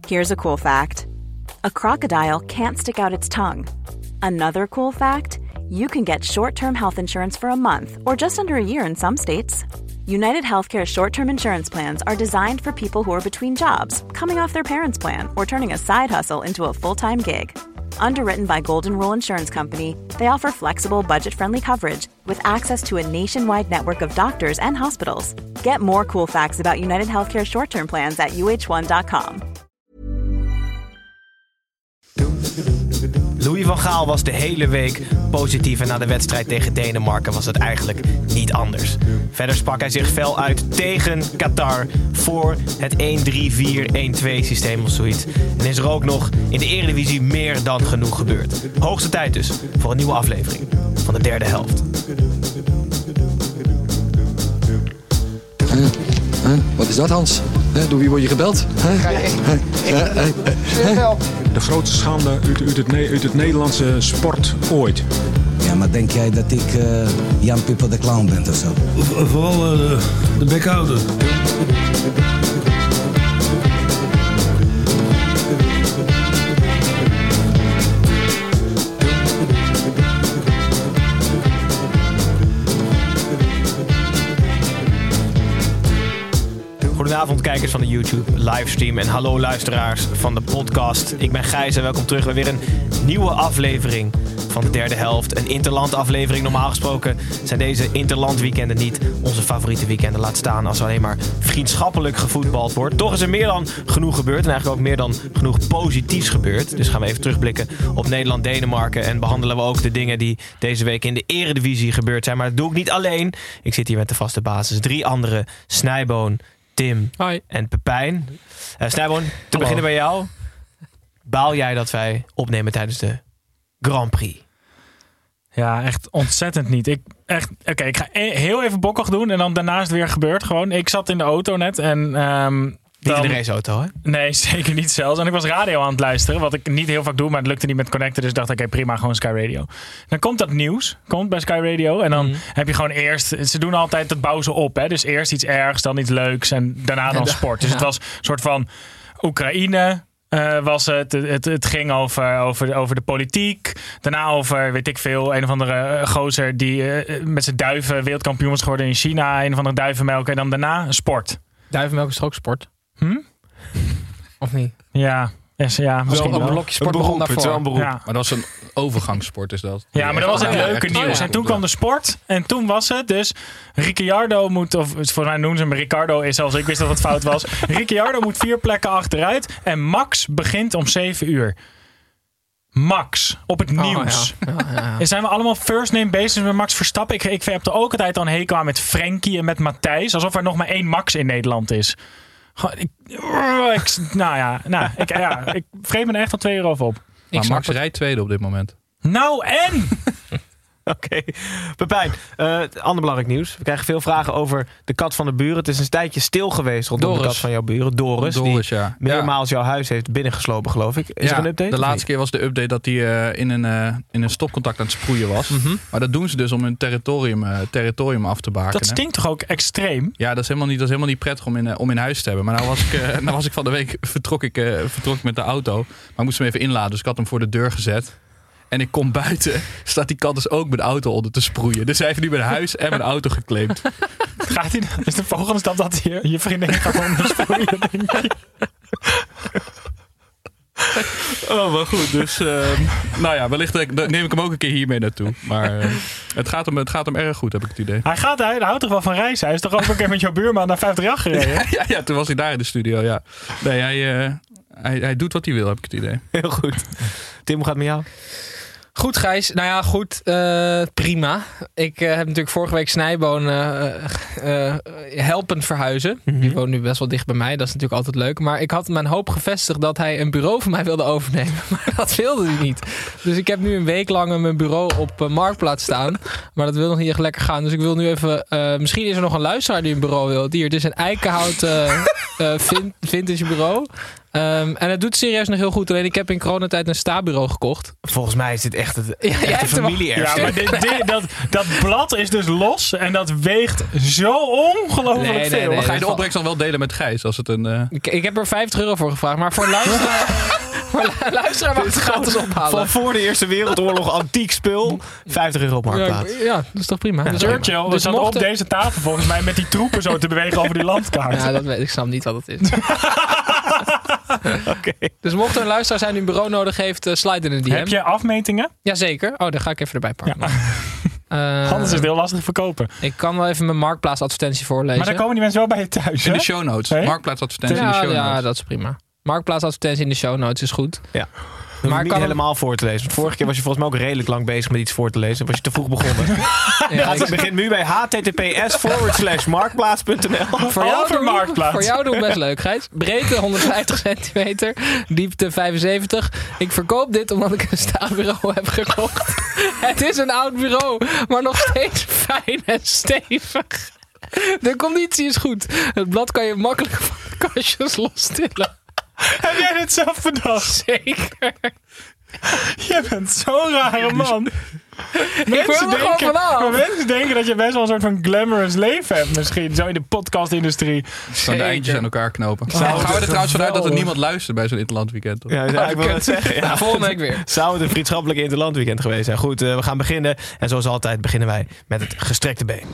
Here's a cool fact. A crocodile can't stick out its tongue. Another cool fact, you can get short-term health insurance for a month or just under a year in some states. United Healthcare short-term insurance plans are designed for people who are between jobs, coming off their parents' plan, or turning a side hustle into a full-time gig. Underwritten by Golden Rule Insurance Company, they offer flexible, budget-friendly coverage with access to a nationwide network of doctors and hospitals. Get more cool facts about United Healthcare short-term plans at uh1.com. Louis van Gaal was de hele week positief en na de wedstrijd tegen Denemarken was het eigenlijk niet anders. Verder sprak hij zich fel uit tegen Qatar voor het 1-3-4-1-2 systeem of zoiets. En is er ook nog in de Eredivisie meer dan genoeg gebeurd. Hoogste tijd dus voor een nieuwe aflevering van de derde helft. Wat is dat, Hans? Door wie word je gebeld? De grootste schande uit het Nederlandse sport ooit. Ja, maar denk jij dat ik Jan Pippo de Clown ben of zo? Vooral de bekhouder. Goedenavond kijkers van de YouTube livestream en hallo luisteraars van de podcast. Ik ben Gijs en welkom terug bij weer een nieuwe aflevering van de derde helft. Een interland aflevering. Normaal gesproken zijn deze interland weekenden niet onze favoriete weekenden. Laat staan als er alleen maar vriendschappelijk gevoetbald wordt. Toch is er meer dan genoeg gebeurd en eigenlijk ook meer dan genoeg positiefs gebeurd. Dus gaan we even terugblikken op Nederland-Denemarken en behandelen we ook de dingen die deze week in de Eredivisie gebeurd zijn. Maar dat doe ik niet alleen. Ik zit hier met de vaste basis. 3 anderen. Snijboon, Tim Hoi. En Pepijn. Snijboon, te beginnen bij jou. Baal jij dat wij opnemen tijdens de Grand Prix? Ja, echt ontzettend niet. Ik ga heel even bokkig doen en dan daarna is het weer gebeurd. Gewoon, ik zat in de auto net en... Niet in de raceauto, hè? Nee, zeker niet zelfs. En ik was radio aan het luisteren, wat ik niet heel vaak doe, maar het lukte niet met connecten. Dus dacht ik, oké, prima, gewoon Sky Radio. Dan komt dat nieuws, komt bij Sky Radio. En dan heb je gewoon eerst... Ze doen altijd, dat bouwen ze op, hè. Dus eerst iets ergs, dan iets leuks en daarna dan sport. Dus het was een soort van Oekraïne... was het. Het ging over de politiek. Daarna over, weet ik veel, een of andere gozer die met zijn duiven wereldkampioen was geworden in China. Een of andere duivenmelk. En dan daarna sport. Duivenmelk is toch ook sport? Of niet? Ja, misschien wel. wel. Een blokje sport begon daarvoor. Het is wel een beroep. Ja. Maar dat was een overgangssport is dat. Ja, maar dat was het leuke nieuws. Ja. En toen kwam de sport. En toen was het dus... Ricciardo moet... Of volgens mij noemen ze hem Ricardo. Is zelfs ik wist dat het fout was. Ricciardo moet 4 plekken achteruit. En Max begint om 7 uur. Max. Op het nieuws. Ja. Zijn we allemaal first name basis met Max Verstappen? Ik heb er ook altijd aan hekel aan met Frenkie en met Matthijs. Alsof er nog maar 1 Max in Nederland is. Ik vreet me er echt al 2 uur over op. Maar Max rijdt tweede op dit moment. Nou en? Oké. Pepijn, ander belangrijk nieuws. We krijgen veel vragen over de kat van de buren. Het is een tijdje stil geweest rondom de kat van jouw buren. Doris die ja. meermaals jouw huis heeft binnengeslopen, geloof ik. Is er een update? De laatste keer was de update dat hij in een stopcontact aan het sproeien was. Mm-hmm. Maar dat doen ze dus om hun territorium af te bakenen. Dat stinkt toch ook extreem? Ja, dat is helemaal niet prettig om in huis te hebben. Maar nou was ik van de week vertrok ik met de auto. Maar ik moest hem even inladen, dus ik had hem voor de deur gezet. En ik kom buiten, staat die kat dus ook met de auto onder te sproeien. Dus hij heeft nu mijn huis en mijn auto geclaimd. Gaat hij, is de volgende stap dat je vriendin gaat ondersproeien, denk je? Oh, maar goed. Dus, wellicht neem ik hem ook een keer hiermee naartoe. Maar het gaat hem erg goed, heb ik het idee. Hij houdt toch wel van reizen? Hij is toch ook een keer met jouw buurman naar 538 gereden? Ja, toen was hij daar in de studio, ja. Nee, hij doet wat hij wil, heb ik het idee. Heel goed. Tim, hoe gaat het met jou? Goed, Gijs. Nou ja, goed. Prima. Ik heb natuurlijk vorige week Snijboon helpend verhuizen. Mm-hmm. Die woont nu best wel dicht bij mij. Dat is natuurlijk altijd leuk. Maar ik had mijn hoop gevestigd dat hij een bureau van mij wilde overnemen. Maar dat wilde hij niet. Dus ik heb nu een week lang mijn bureau op Marktplaats staan. Maar dat wil nog niet echt lekker gaan. Dus ik wil nu even... misschien is er nog een luisteraar die een bureau wil. Het is een eikenhout vintage bureau. En het doet serieus nog heel goed. Alleen ik heb in coronatijd een stabureau gekocht. Volgens mij is dit echt het jij hebt hem familie-erfstuk. Ja, maar dat blad is dus los en dat weegt zo ongelooflijk veel. Maar ga je de val- opbrengst dan wel delen met Gijs? Als het een, Ik heb er €50 voor gevraagd. Maar voor een luisteraar... voor een luisteraar mag het gratis ophalen. Van voor de Eerste Wereldoorlog antiek spul. €50 op Marktplaats. Ja, dat is toch prima. Dus Churchill dus zat mochten- op deze tafel volgens mij met die troepen zo te bewegen over die landkaart. Ja, dat weet ik. Ik snap niet wat het is. Oké. Dus mocht er een luisteraar zijn die een bureau nodig heeft, slide in de DM. Heb je afmetingen? Jazeker. Oh, daar ga ik even erbij pakken. Anders is het heel lastig verkopen. Ik kan wel even mijn marktplaatsadvertentie voorlezen. Maar dan komen die mensen wel bij je thuis, in hè? de show notes. Nee? Marktplaatsadvertentie in de ja, show notes. ja, dat is prima. Marktplaatsadvertentie in de show notes is goed. Ja. Maar Maar ik niet kan helemaal voor te lezen. Want vorige keer was je volgens mij ook redelijk lang bezig met iets voor te lezen. Was je te vroeg begonnen. Het begint nu bij https://marktplaats.nl. Over Marktplaats. Voor jou doe ik best leuk, Gijs. Breedte 150 centimeter. Diepte 75. Ik verkoop dit omdat ik een staanbureau heb gekocht. Het is een oud bureau, maar nog steeds fijn en stevig. De conditie is goed. Het blad kan je makkelijk van de kastjes lostillen. Heb jij dit zelf bedacht? Zeker. Je bent zo'n rare man. Ik wil er gewoon vanaf. Maar mensen denken dat je best wel een soort van glamorous leven hebt misschien. Zo in de podcastindustrie. Van de eindjes aan elkaar knopen. Zou Gaan we er het trouwens vanuit dat er geweldig. niemand luistert bij zo'n interlandweekend? Toch? Ja, ik wil het zeggen. Ja. Volgende week weer. Zou het een vriendschappelijk interlandweekend geweest zijn? Goed, we gaan beginnen. En zoals altijd beginnen wij met het gestrekte been.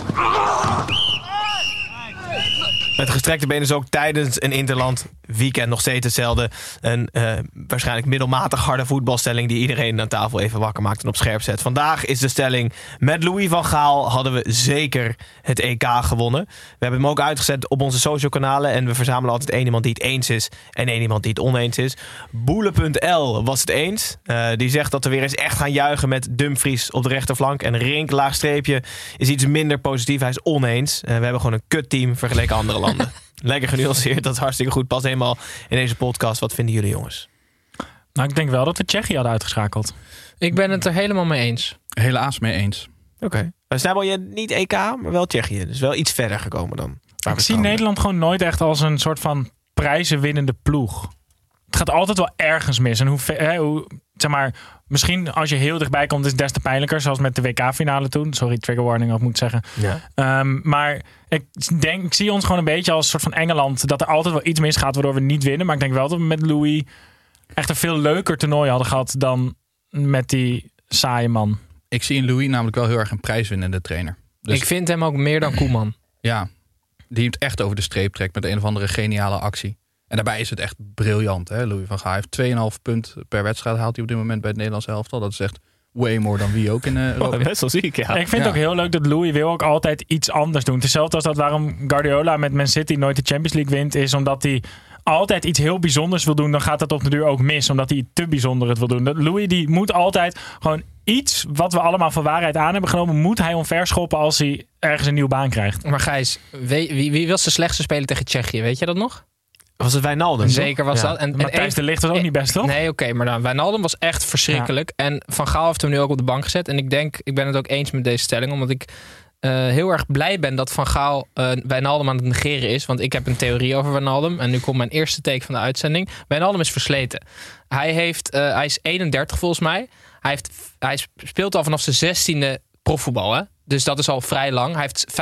Het gestrekte been is ook tijdens een interland weekend nog steeds hetzelfde. Een waarschijnlijk middelmatig harde voetbalstelling die iedereen aan tafel even wakker maakt en op scherp zet. Vandaag is de stelling: met Louis van Gaal hadden we zeker het EK gewonnen. We hebben hem ook uitgezet op onze social kanalen en we verzamelen altijd één iemand die het eens is en één iemand die het oneens is. Boele.l was het eens. Die zegt dat we weer eens echt gaan juichen met Dumfries op de rechterflank. En Rink, laagstreepje, is iets minder positief. Hij is oneens. We hebben gewoon een kutteam vergeleken andere landen. Lekker genuanceerd, dat is hartstikke goed. Past helemaal in deze podcast. Wat vinden jullie, jongens? Nou, ik denk wel dat we Tsjechië hadden uitgeschakeld. Ik ben het er helemaal mee eens. Helaas mee eens. Oké. Snijboom, je niet EK, maar wel Tsjechië. Dus wel iets verder gekomen dan. Ik zie Nederland gewoon nooit echt als een soort van prijzenwinnende ploeg. Het gaat altijd wel ergens mis. En zeg maar, misschien als je heel dichtbij komt is het des te pijnlijker. Zoals met de WK-finale toen. Sorry, trigger warning, of moet zeggen. Ja. Maar ik zie ons gewoon een beetje als een soort van Engeland. Dat er altijd wel iets misgaat waardoor we niet winnen. Maar ik denk wel dat we met Louis echt een veel leuker toernooi hadden gehad dan met die saaie man. Ik zie in Louis namelijk wel heel erg een prijswinnende trainer. Dus Ik vind hem ook meer dan Koeman. ja, die het echt over de streep trekt met een of andere geniale actie. En daarbij is het echt briljant, hè, Louis van Gaal. Hij heeft 2,5 punt per wedstrijd haalt hij op dit moment bij het Nederlands elftal. Dat is echt way more dan wie ook in Europa. Best wel ziek, ja. Ik vind het ook heel leuk dat Louis wil ook altijd iets anders doen. Hetzelfde als dat waarom Guardiola met Man City nooit de Champions League wint. Is omdat hij altijd iets heel bijzonders wil doen. Dan gaat dat op de duur ook mis. Omdat hij te bijzonder het wil doen. Louis die moet altijd gewoon iets wat we allemaal voor waarheid aan hebben genomen. Moet hij omverschoppen als hij ergens een nieuwe baan krijgt. Maar Gijs, wie was de slechtste speler tegen Tsjechië? Weet je dat nog? Was het Wijnaldum? Zeker was Ja. dat. En Matthijs de Ligt was ook niet best, toch? Nee, oké, maar dan Wijnaldum was echt verschrikkelijk. Ja. En Van Gaal heeft hem nu ook op de bank gezet. En ik ben het ook eens met deze stelling. Omdat ik heel erg blij ben dat Van Gaal Wijnaldum aan het negeren is. Want ik heb een theorie over Wijnaldum. En nu komt mijn eerste take van de uitzending. Wijnaldum is versleten. Hij is 31 volgens mij. Hij speelt al vanaf zijn 16e profvoetbal. Hè? Dus dat is al vrij lang. Hij heeft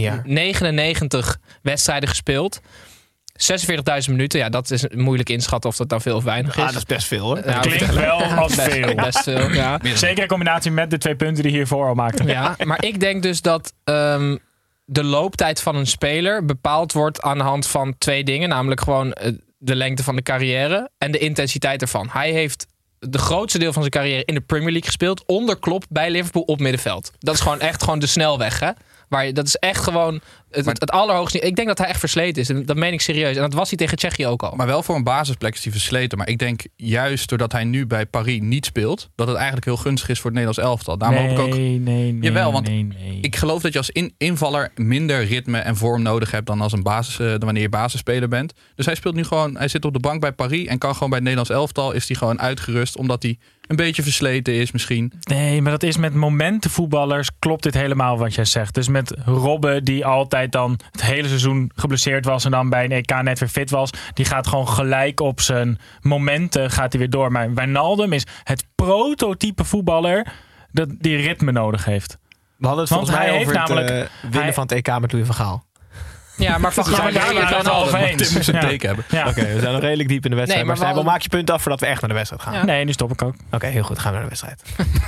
599 wedstrijden gespeeld. 46.000 minuten, ja, dat is moeilijk inschatten of dat nou veel of weinig is. Ah, dat is best veel, hoor. Ja, Klinkt wel als veel. Best veel, ja. Zeker in combinatie met de 2 punten die hiervoor al maakten. Ja, maar ik denk dus dat de looptijd van een speler bepaald wordt aan de hand van 2 dingen. Namelijk gewoon de lengte van de carrière en de intensiteit ervan. Hij heeft de grootste deel van zijn carrière in de Premier League gespeeld. Onder Klopp bij Liverpool op middenveld. Dat is gewoon echt gewoon de snelweg, hè? Dat is echt gewoon het allerhoogste. Ik denk dat hij echt versleten is. En dat meen ik serieus. En dat was hij tegen Tsjechië ook al. Maar wel voor een basisplek is hij versleten. Maar ik denk juist doordat hij nu bij Paris niet speelt, dat het eigenlijk heel gunstig is voor het Nederlands elftal. Daarom hoop ik ook. Nee. Jawel, want nee. ik geloof dat je als invaller minder ritme en vorm nodig hebt dan als een dan wanneer je basisspeler bent. Dus hij speelt nu gewoon. Hij zit op de bank bij Paris en kan gewoon bij het Nederlands elftal. Is hij gewoon uitgerust omdat hij een beetje versleten is misschien. Nee, maar dat is met momentenvoetballers klopt dit helemaal wat jij zegt. Dus met Robben die altijd wedstrijd dan het hele seizoen geblesseerd was en dan bij een EK net weer fit was. Die gaat gewoon gelijk op zijn momenten gaat hij weer door. Maar Wijnaldum is het prototype voetballer dat die ritme nodig heeft. We hadden het volgens mij over het winnen van het EK met Louis van Gaal. Ja, maar Van Gaal daar al over eens. Tim moest een teken hebben. Ja. Oké, we zijn nog redelijk diep in de wedstrijd. Nee, maar maar maak je punt af voordat we echt naar de wedstrijd gaan. Ja. Nee, nu stop ik ook. Oké, heel goed. Gaan we naar de wedstrijd.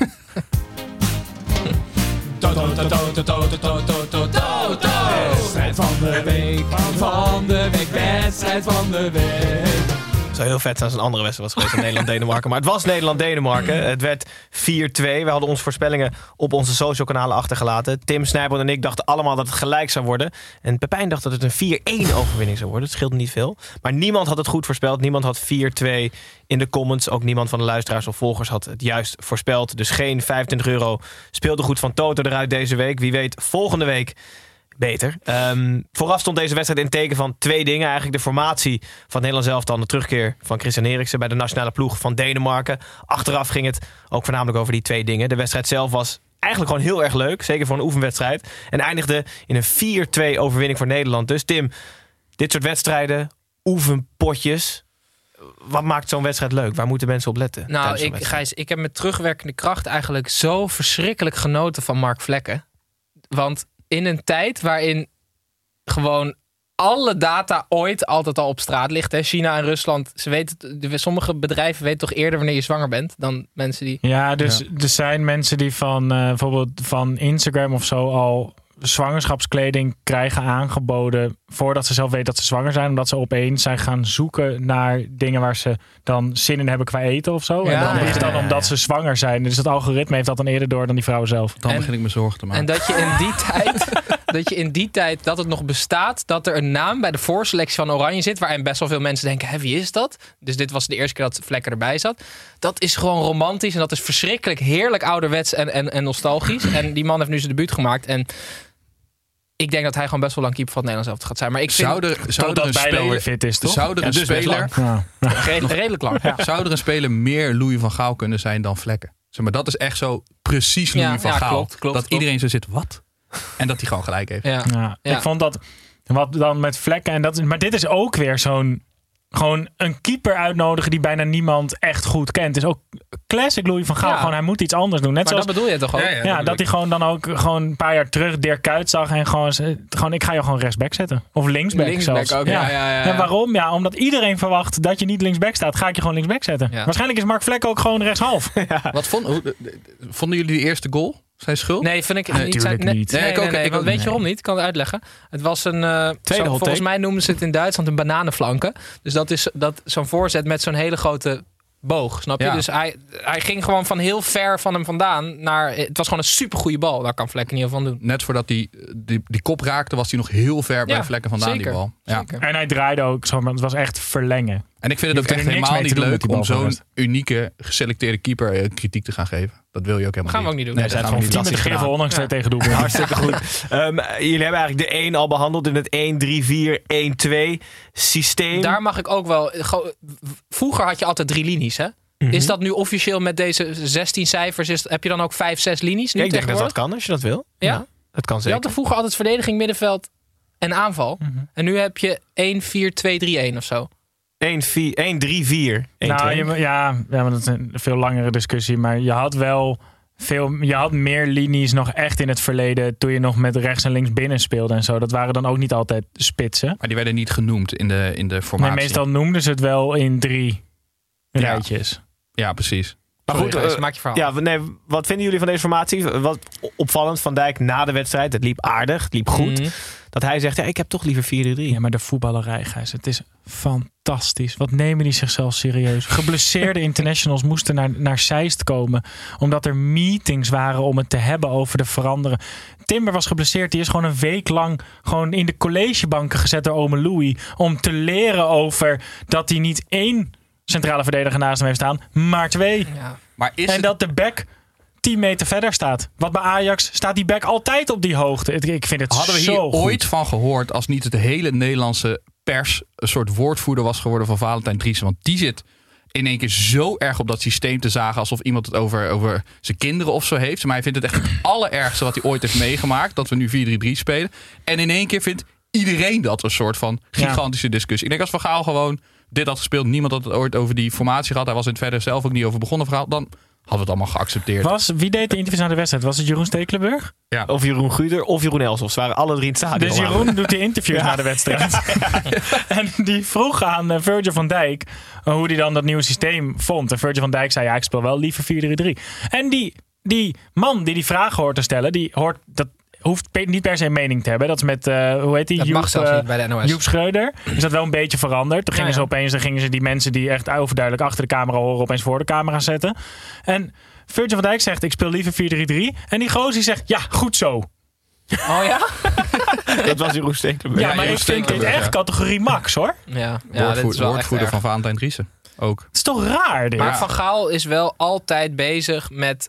Wedstrijd van de week, wedstrijd van de week. Het zou heel vet zijn als een andere wedstrijd was geweest dan Nederland-Denemarken. Maar het was Nederland-Denemarken. Het werd 4-2. We hadden onze voorspellingen op onze social kanalen achtergelaten. Tim, Snijboon en ik dachten allemaal dat het gelijk zou worden. En Pepijn dacht dat het een 4-1 overwinning zou worden. Het scheelde niet veel. Maar niemand had het goed voorspeld. Niemand had 4-2 in de comments. Ook niemand van de luisteraars of volgers had het juist voorspeld. Dus geen €25 speeltegoed van Toto eruit deze week. Wie weet volgende week beter. Vooraf stond deze wedstrijd in teken van 2 dingen. Eigenlijk de formatie van het Nederlands elftal, de terugkeer van Christian Eriksen bij de nationale ploeg van Denemarken. Achteraf ging het ook voornamelijk over die 2 dingen. De wedstrijd zelf was eigenlijk gewoon heel erg leuk. Zeker voor een oefenwedstrijd. En eindigde in een 4-2 overwinning voor Nederland. Dus Tim, dit soort wedstrijden, oefenpotjes. Wat maakt zo'n wedstrijd leuk? Waar moeten mensen op letten? Nou, Gijs, ik heb met terugwerkende kracht eigenlijk zo verschrikkelijk genoten van Mark Vlekken. Want in een tijd waarin gewoon alle data ooit altijd al op straat ligt. Hè? China en Rusland, sommige bedrijven weten toch eerder wanneer je zwanger bent dan mensen die... Ja, dus er zijn mensen die van bijvoorbeeld van Instagram of zo al zwangerschapskleding krijgen aangeboden voordat ze zelf weten dat ze zwanger zijn. Omdat ze opeens zijn gaan zoeken naar dingen waar ze dan zin in hebben qua eten of zo. Ja, en dan is het dan omdat ze zwanger zijn. Dus het algoritme heeft dat dan eerder door dan die vrouw zelf. Dan begin ik me zorgen te maken. En dat je in die tijd dat het nog bestaat, dat er een naam bij de voorselectie van Oranje zit, waarin best wel veel mensen denken, hé, wie is dat? Dus dit was de eerste keer dat Vlekken erbij zat. Dat is gewoon romantisch en dat is verschrikkelijk heerlijk ouderwets en nostalgisch. En die man heeft nu zijn debuut gemaakt en ik denk dat hij gewoon best wel lang keeper van het Nederlands elftal gaat zijn. Maar ik vind zou er een speler weer fit is, toch? Zou er een speler redelijk lang. Ja. Zou er een speler meer Louis van Gaal kunnen zijn dan Vlekken? Zeg maar, dat is echt zo precies Louis van Gaal. Klopt. Iedereen zo zit, wat? En dat hij gewoon gelijk heeft. Ja. Ik vond dat wat dan met Vlekken en maar dit is ook weer zo'n gewoon een keeper uitnodigen die bijna niemand echt goed kent. Is ook classic Louis van Gaal. Ja. Gewoon, hij moet iets anders doen. Net maar zoals, dat bedoel je toch ook? Ja, dat hij gewoon dan ook gewoon een paar jaar terug Dirk Kuyt zag en gewoon ik ga je gewoon rechtsback zetten. Of linksback zelfs. Ook, ja. En waarom? Ja, omdat iedereen verwacht dat je niet linksback staat, ga ik je gewoon linksback zetten. Ja. Waarschijnlijk is Mark Vlekken ook gewoon rechtshalf. Wat vonden jullie de eerste goal? Zijn schuld? Nee, vind ik niet. Nee, want weet je waarom niet? Ik kan het uitleggen. Het was een volgens mij noemen ze het in Duitsland een bananenflanken. Dus dat is zo'n voorzet met zo'n hele grote boog, snap je? Ja. Dus hij ging gewoon van heel ver van hem vandaan naar... Het was gewoon een supergoeie bal. Daar kan Vlekken in ieder geval doen. Net voordat die kop raakte, was hij nog heel ver bij Vlekken vandaan, zeker, die bal. Ja. En hij draaide ook zo, maar het was echt verlengen. En ik vind het ook echt helemaal niet leuk om zo'n unieke, geselecteerde keeper kritiek te gaan geven. Dat wil je ook helemaal niet. Gaan we ook niet doen. Nee, zijn gewoon 10 met gegeven, ondanks 2 tegen doelpunten. Hartstikke goed. Jullie hebben eigenlijk de 1 al behandeld in het 1-3-4-1-2 systeem. Daar mag ik ook wel... Vroeger had je altijd 3 linies, hè? Mm-hmm. Is dat nu officieel met deze 16 cijfers? Heb je dan ook 5-6 linies nu? Ja, ik denk dat dat kan als je dat wil. Ja? Dat kan zeker. Je had er vroeger altijd verdediging, middenveld en aanval. Mm-hmm. En nu heb je 1-4-2-3-1 of zo. 1-3-4-1-2. Nou, maar dat is een veel langere discussie. Maar je had meer linies nog echt in het verleden toen je nog met rechts en links binnen speelde en zo. Dat waren dan ook niet altijd spitsen. Maar die werden niet genoemd in de formatie. Nee, meestal noemden ze het wel in 3 rijtjes. Ja, precies. Maar goed, maak je verhaal. Wat vinden jullie van deze formatie? Wat opvallend, Van Dijk na de wedstrijd. Het liep aardig, het liep goed. Mm-hmm. Dat hij zegt, ik heb toch liever 4-3. Ja, maar de voetballerij, Gijs, het is fantastisch. Wat nemen die zichzelf serieus? Geblesseerde internationals moesten naar Zeist komen. Omdat er meetings waren om het te hebben over de veranderen. Timber was geblesseerd. Die is gewoon een week lang gewoon in de collegebanken gezet door ome Louis. Om te leren over dat hij niet 1 centrale verdediger naast hem heeft staan, maar 2. Ja. Maar dat de back 10 meter verder staat. Wat bij Ajax staat die back altijd op die hoogte. Ik vind het zo goed. Hadden we hier ooit van gehoord als niet het hele Nederlandse pers een soort woordvoerder was geworden van Valentijn Driessen? Want die zit in één keer zo erg op dat systeem te zagen... alsof iemand het over zijn kinderen of zo heeft. Maar hij vindt het echt het allerergste wat hij ooit heeft meegemaakt... dat we nu 4-3-3 spelen. En in één keer vindt iedereen dat een soort van gigantische discussie. Ik denk als Van Gaal gewoon dit had gespeeld... niemand had het ooit over die formatie gehad... hij was in het verder zelf ook niet over begonnen verhaal... dan hadden we het allemaal geaccepteerd. Wie deed de interviews na de wedstrijd? Was het Jeroen Stekelenburg? Ja. Of Jeroen Guder of Jeroen Elshoff. Ze waren alle 3 in het stadion. Dus Jeroen doet de interviews na de wedstrijd. En die vroeg aan Virgil van Dijk hoe hij dan dat nieuwe systeem vond. En Virgil van Dijk zei, ik speel wel liever 4-3-3. En die man die vragen hoort te stellen, hoeft niet per se een mening te hebben. Dat is met, hoe heet die? Dat mag zelfs niet bij de NOS. Joep Schreuder. Is dat wel een beetje veranderd. Toen gingen ze die mensen die echt overduidelijk achter de camera horen... opeens voor de camera zetten. En Virgil van Dijk zegt, ik speel liever 4-3-3. En die gozer zegt, ja, goed zo. Oh ja? Dat was Jeroen Stekelenburg. Ja, maar ik vind dit echt categorie max, hoor. Ja, dit is wel woordvoerder van Valentijn Driessen. Ook. Het is toch raar, dit? Maar Van Gaal is wel altijd bezig met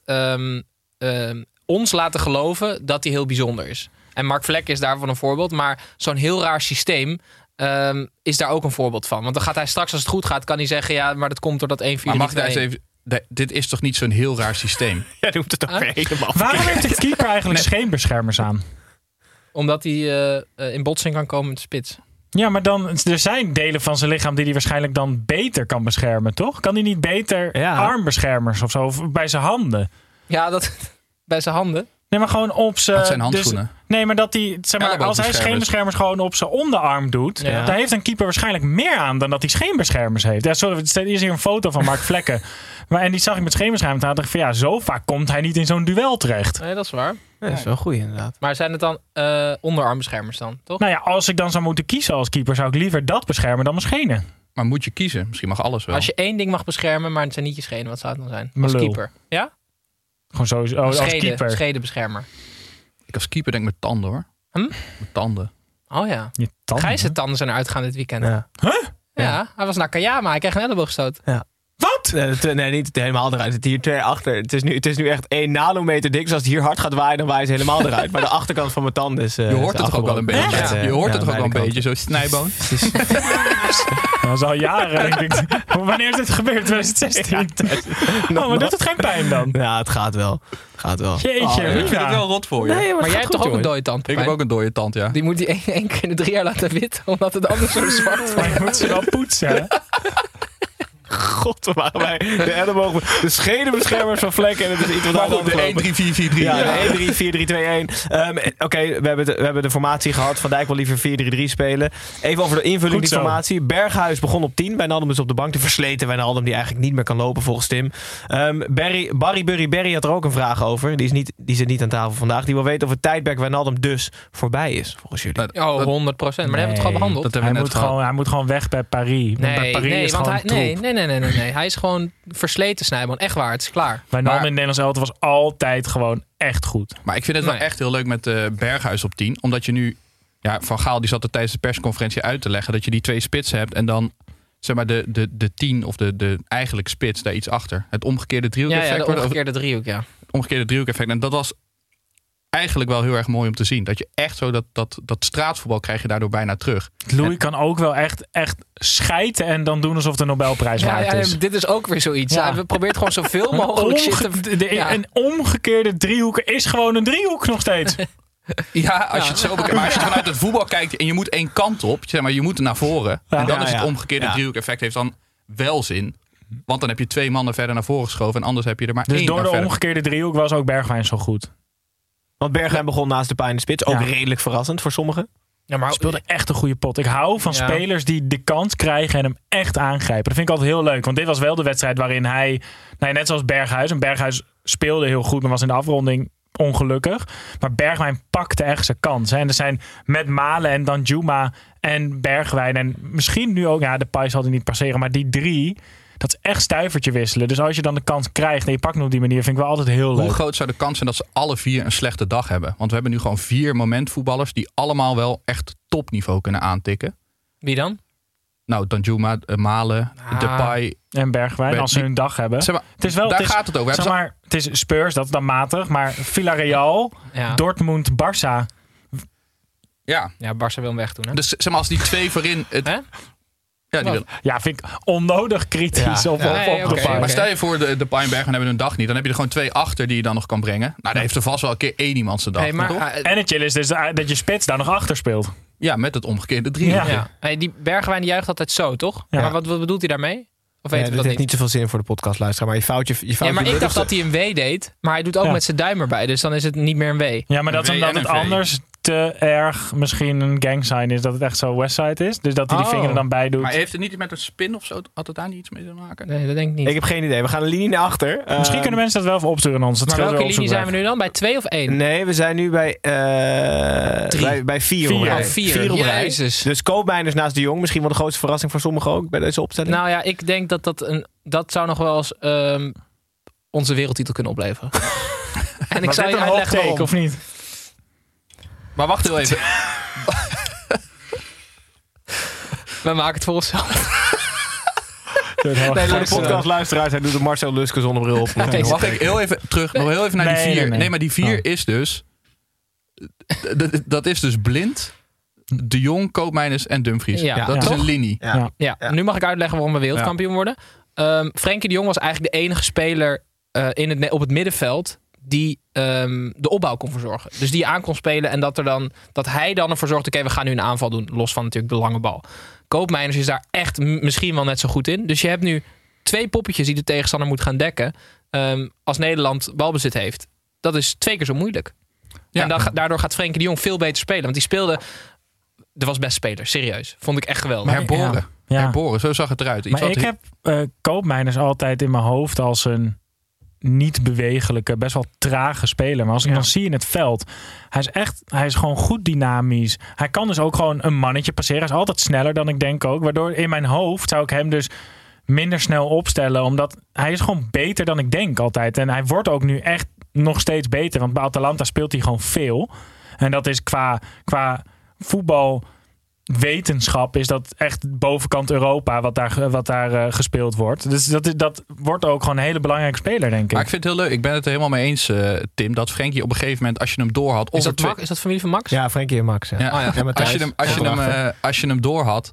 ons laten geloven dat hij heel bijzonder is. En Mark Vlekken is daarvan een voorbeeld. Maar zo'n heel raar systeem is daar ook een voorbeeld van. Want dan gaat hij straks, als het goed gaat, kan hij zeggen... ja, maar dat komt doordat 1-4-3-2... Maar mag ik daar eens even... Dit is toch niet zo'n heel raar systeem? Ja, noemt het ook weer helemaal. Waarom heeft de keeper eigenlijk scheenbeschermers aan? Omdat hij in botsing kan komen met de spits. Ja, maar er zijn delen van zijn lichaam die hij waarschijnlijk dan beter kan beschermen, toch? Kan hij niet beter armbeschermers of zo? Of bij zijn handen? Ja, dat bij zijn handen. Nee, maar gewoon op zijn... Met zijn handschoenen. Nee, maar dat hij, zeg maar, als hij scheenbeschermers gewoon op zijn onderarm doet, dan heeft een keeper waarschijnlijk meer aan dan dat hij scheenbeschermers heeft. Ja, sorry, er is hier een foto van Mark Vlekken. En die zag ik met scheenbeschermers aan. Dacht ik van zo vaak komt hij niet in zo'n duel terecht. Nee, dat is waar. Ja, dat is wel goed inderdaad. Maar zijn het dan onderarmbeschermers dan, toch? Nou ja, als ik dan zou moeten kiezen als keeper, zou ik liever dat beschermen dan mijn schenen. Maar moet je kiezen? Misschien mag alles wel. Als je 1 ding mag beschermen, maar het zijn niet je schenen, wat zou het dan zijn? Mijn Als lul. keeper. Ja? Gewoon sowieso als keeper. Schedenbeschermer. Ik als keeper denk met tanden, hoor. Met tanden. Oh ja. Je tanden. Gijs' tanden zijn eruit gegaan dit weekend. Ja. Huh? Ja, hij was naar Kayama. Hij kreeg een elleboogstoot. Ja. Wat? Nee, niet helemaal eruit. Het zit hier 2 achter. Het is nu echt 1 nanometer dik. Dus als het hier hard gaat waaien, dan waaien ze helemaal eruit. Maar de achterkant van mijn tanden is... Je hoort het toch ook wel een beetje. Ja. Je hoort het toch ook wel een beide beetje, zo'n snijboon. Dat is al jaren, denk ik. Wanneer is dit gebeurd? 2016? Maar doet het geen pijn dan? Ja, het gaat wel. Jeetje, Ik vind het wel rot voor je. Nee, Maar jij hebt toch ook een dode tand? Ik heb ook een dode tand, ja. Die moet hij 1 keer in de 3 jaar laten wit, omdat het anders zo zwart wordt. Maar je moet ze wel poetsen, hè? God, we waren bij de ellebogen. De schedenbeschermers van Vlekken. En het is iets wat aan De 1-3-4-4-3. Ja, de 1-3-4-3-2-1. Oké, we hebben de formatie gehad. Van Dijk wil liever 4-3-3 spelen. Even over de invulling die formatie. Berghuis begon op 10. Wijnaldum is op de bank. De versleten Wijnaldum die eigenlijk niet meer kan lopen volgens Tim. Barry had er ook een vraag over. Die zit niet aan tafel vandaag. Die wil weten of het tijdperk Wijnaldum dus voorbij is volgens jullie. Oh, 100%. Maar dan hebben we het gewoon behandeld. Hij moet gewoon weg bij Paris. Bij Paris is want gewoon troep. Nee. Hij is gewoon versleten Snijboon. Echt waar, het is klaar. Wijnaldum in het Nederlands elftal was altijd gewoon echt goed. Maar ik vind het wel echt heel leuk met Berghuis op 10. Omdat je nu... Ja, Van Gaal die zat er tijdens de persconferentie uit te leggen... dat je die 2 spitsen hebt en dan... zeg maar de 10 of de eigenlijk spits daar iets achter. Het omgekeerde driehoek-effect. Ja, de omgekeerde driehoek, ja. Het omgekeerde driehoek-effect. En dat was eigenlijk wel heel erg mooi om te zien. Dat je echt zo dat straatvoetbal krijg je daardoor bijna terug. Louis kan ook wel echt schijten en dan doen alsof het de Nobelprijs waard is. Dit is ook weer zoiets. Ja. We proberen gewoon zoveel mogelijk Een omgekeerde driehoek is gewoon een driehoek nog steeds. Ja, als je het zo bekijkt. Maar als je vanuit het voetbal kijkt en je moet 1 kant op, zeg maar, je moet naar voren. En dan is het omgekeerde driehoek-effect heeft dan wel zin. Want dan heb je 2 mannen verder naar voren geschoven en anders heb je er maar 1 Dus door de verder. omgekeerde driehoek was ook Bergwijn zo goed. Want Bergwijn begon naast de pijn in de spits. Ook redelijk verrassend voor sommigen. Ja, maar hij speelde echt een goede pot. Ik hou van spelers die de kans krijgen en hem echt aangrijpen. Dat vind ik altijd heel leuk. Want dit was wel de wedstrijd waarin hij, net zoals Berghuis. En Berghuis speelde heel goed, maar was in de afronding ongelukkig. Maar Bergwijn pakte echt zijn kans. Hè. En er zijn met Malen en Danjuma en Bergwijn. En misschien nu ook, de Pai zal hij niet passeren. Maar die 3, dat is echt stuivertje wisselen. Dus als je dan de kans krijgt en je pakt hem op die manier, vind ik wel altijd heel leuk. Hoe groot zou de kans zijn dat ze alle 4 een slechte dag hebben? Want we hebben nu gewoon 4 momentvoetballers die allemaal wel echt topniveau kunnen aantikken. Wie dan? Nou, Danjuma, Malen, Depay en Bergwijn, als ze hun dag hebben. Zeg maar, het is wel, gaat het over. Zeg maar, het is Spurs, dat is dan matig. Maar Villarreal, Dortmund, Barça. Ja, Barça wil hem wegdoen. Hè? Dus zeg maar, als die 2 voorin... Ja, die willen. Ja, vind ik onnodig kritisch op Depay. Maar stel je voor, de Pijnberg hebben een dag niet. Dan heb je er gewoon 2 achter die je dan nog kan brengen. Nou, dan heeft er vast wel een keer 1 iemand zijn dag. Maar, toch? En het chill is dus dat je spits daar nog achter speelt. Ja, met het omgekeerde driehoekje. Ja. Hey, die Bergwijn die juicht altijd zo, toch? Ja. Maar wat bedoelt hij daarmee? Of weten we dat dat heeft niet zoveel zin voor de podcastluisteraar. Maar je foutje Ja, maar ik dacht dat hij een W deed. Maar hij doet ook met zijn duim erbij. Dus dan is het niet meer een W. Ja, maar dat is Een W omdat en het een V. anders te erg misschien een gangsign is. Dat het echt zo Westside is. Dus dat hij die vinger er dan bij doet. Maar heeft het niet met een spin of zo? Had het daar niet iets mee te maken? Nee, dat denk ik niet. Ik heb geen idee. We gaan een linie naar achter. Misschien kunnen mensen dat wel even opsturen aan ons. Dat Maar scheelt welke wel linie zijn we opzoekwerk. nu dan? Bij 2 of 1? Nee, we zijn nu bij 4 op rij. 4 op rij. Jezus. Dus Koopmeiners naast de Jong. Misschien wel de grootste verrassing voor sommigen ook bij deze opstelling. Nou ja, ik denk dat zou nog wel eens onze wereldtitel kunnen opleveren. En ik Was zou dit je een hot uitleggen take waarom. of niet? Maar wacht heel even. We maken het voor onszelf. Voor de podcastluisteraars, hij doet de Marcel Luske zonder bril op. Wacht ik heel even terug. Nog heel even naar die 4. Nee. Nee, maar die 4 is dus... Dat is dus Blind, De Jong, Koopmeiners en Dumfries. Ja. Dat is Toch? een linie. Ja, nu mag ik uitleggen waarom we wereldkampioen worden. Frenkie de Jong was eigenlijk de enige speler op het middenveld die de opbouw kon verzorgen. Dus die aan kon spelen en dat hij dan ervoor zorgde, oké, we gaan nu een aanval doen. Los van natuurlijk de lange bal. Koopmeiners is daar echt misschien wel net zo goed in. Dus je hebt nu 2 poppetjes die de tegenstander moet gaan dekken. Als Nederland balbezit heeft. Dat is 2 keer zo moeilijk. Ja. En daardoor gaat Frenkie de Jong veel beter spelen. Want die speelde... Er was best speler, serieus. Vond ik echt geweldig. Herboren. Ja. Herboren, zo zag het eruit. Iets Maar wat ik heb Koopmeiners altijd in mijn hoofd als een niet bewegelijke, best wel trage speler. Maar als ik dan zie in het veld, hij is gewoon goed dynamisch. Hij kan dus ook gewoon een mannetje passeren. Hij is altijd sneller dan ik denk ook. Waardoor in mijn hoofd zou ik hem dus minder snel opstellen. Omdat hij is gewoon beter dan ik denk altijd. En hij wordt ook nu echt nog steeds beter. Want bij Atalanta speelt hij gewoon veel. En dat is qua voetbalwetenschap is dat echt bovenkant Europa wat daar gespeeld wordt. Dus dat wordt ook gewoon een hele belangrijke speler, denk ik. Maar ik vind het heel leuk. Ik ben het er helemaal mee eens, Tim. Dat Frenkie op een gegeven moment, als je hem door had... Is dat familie van Max? Ja, Frenkie en Max. Ja. Ja. Ja, Matthijs. Als je hem door had,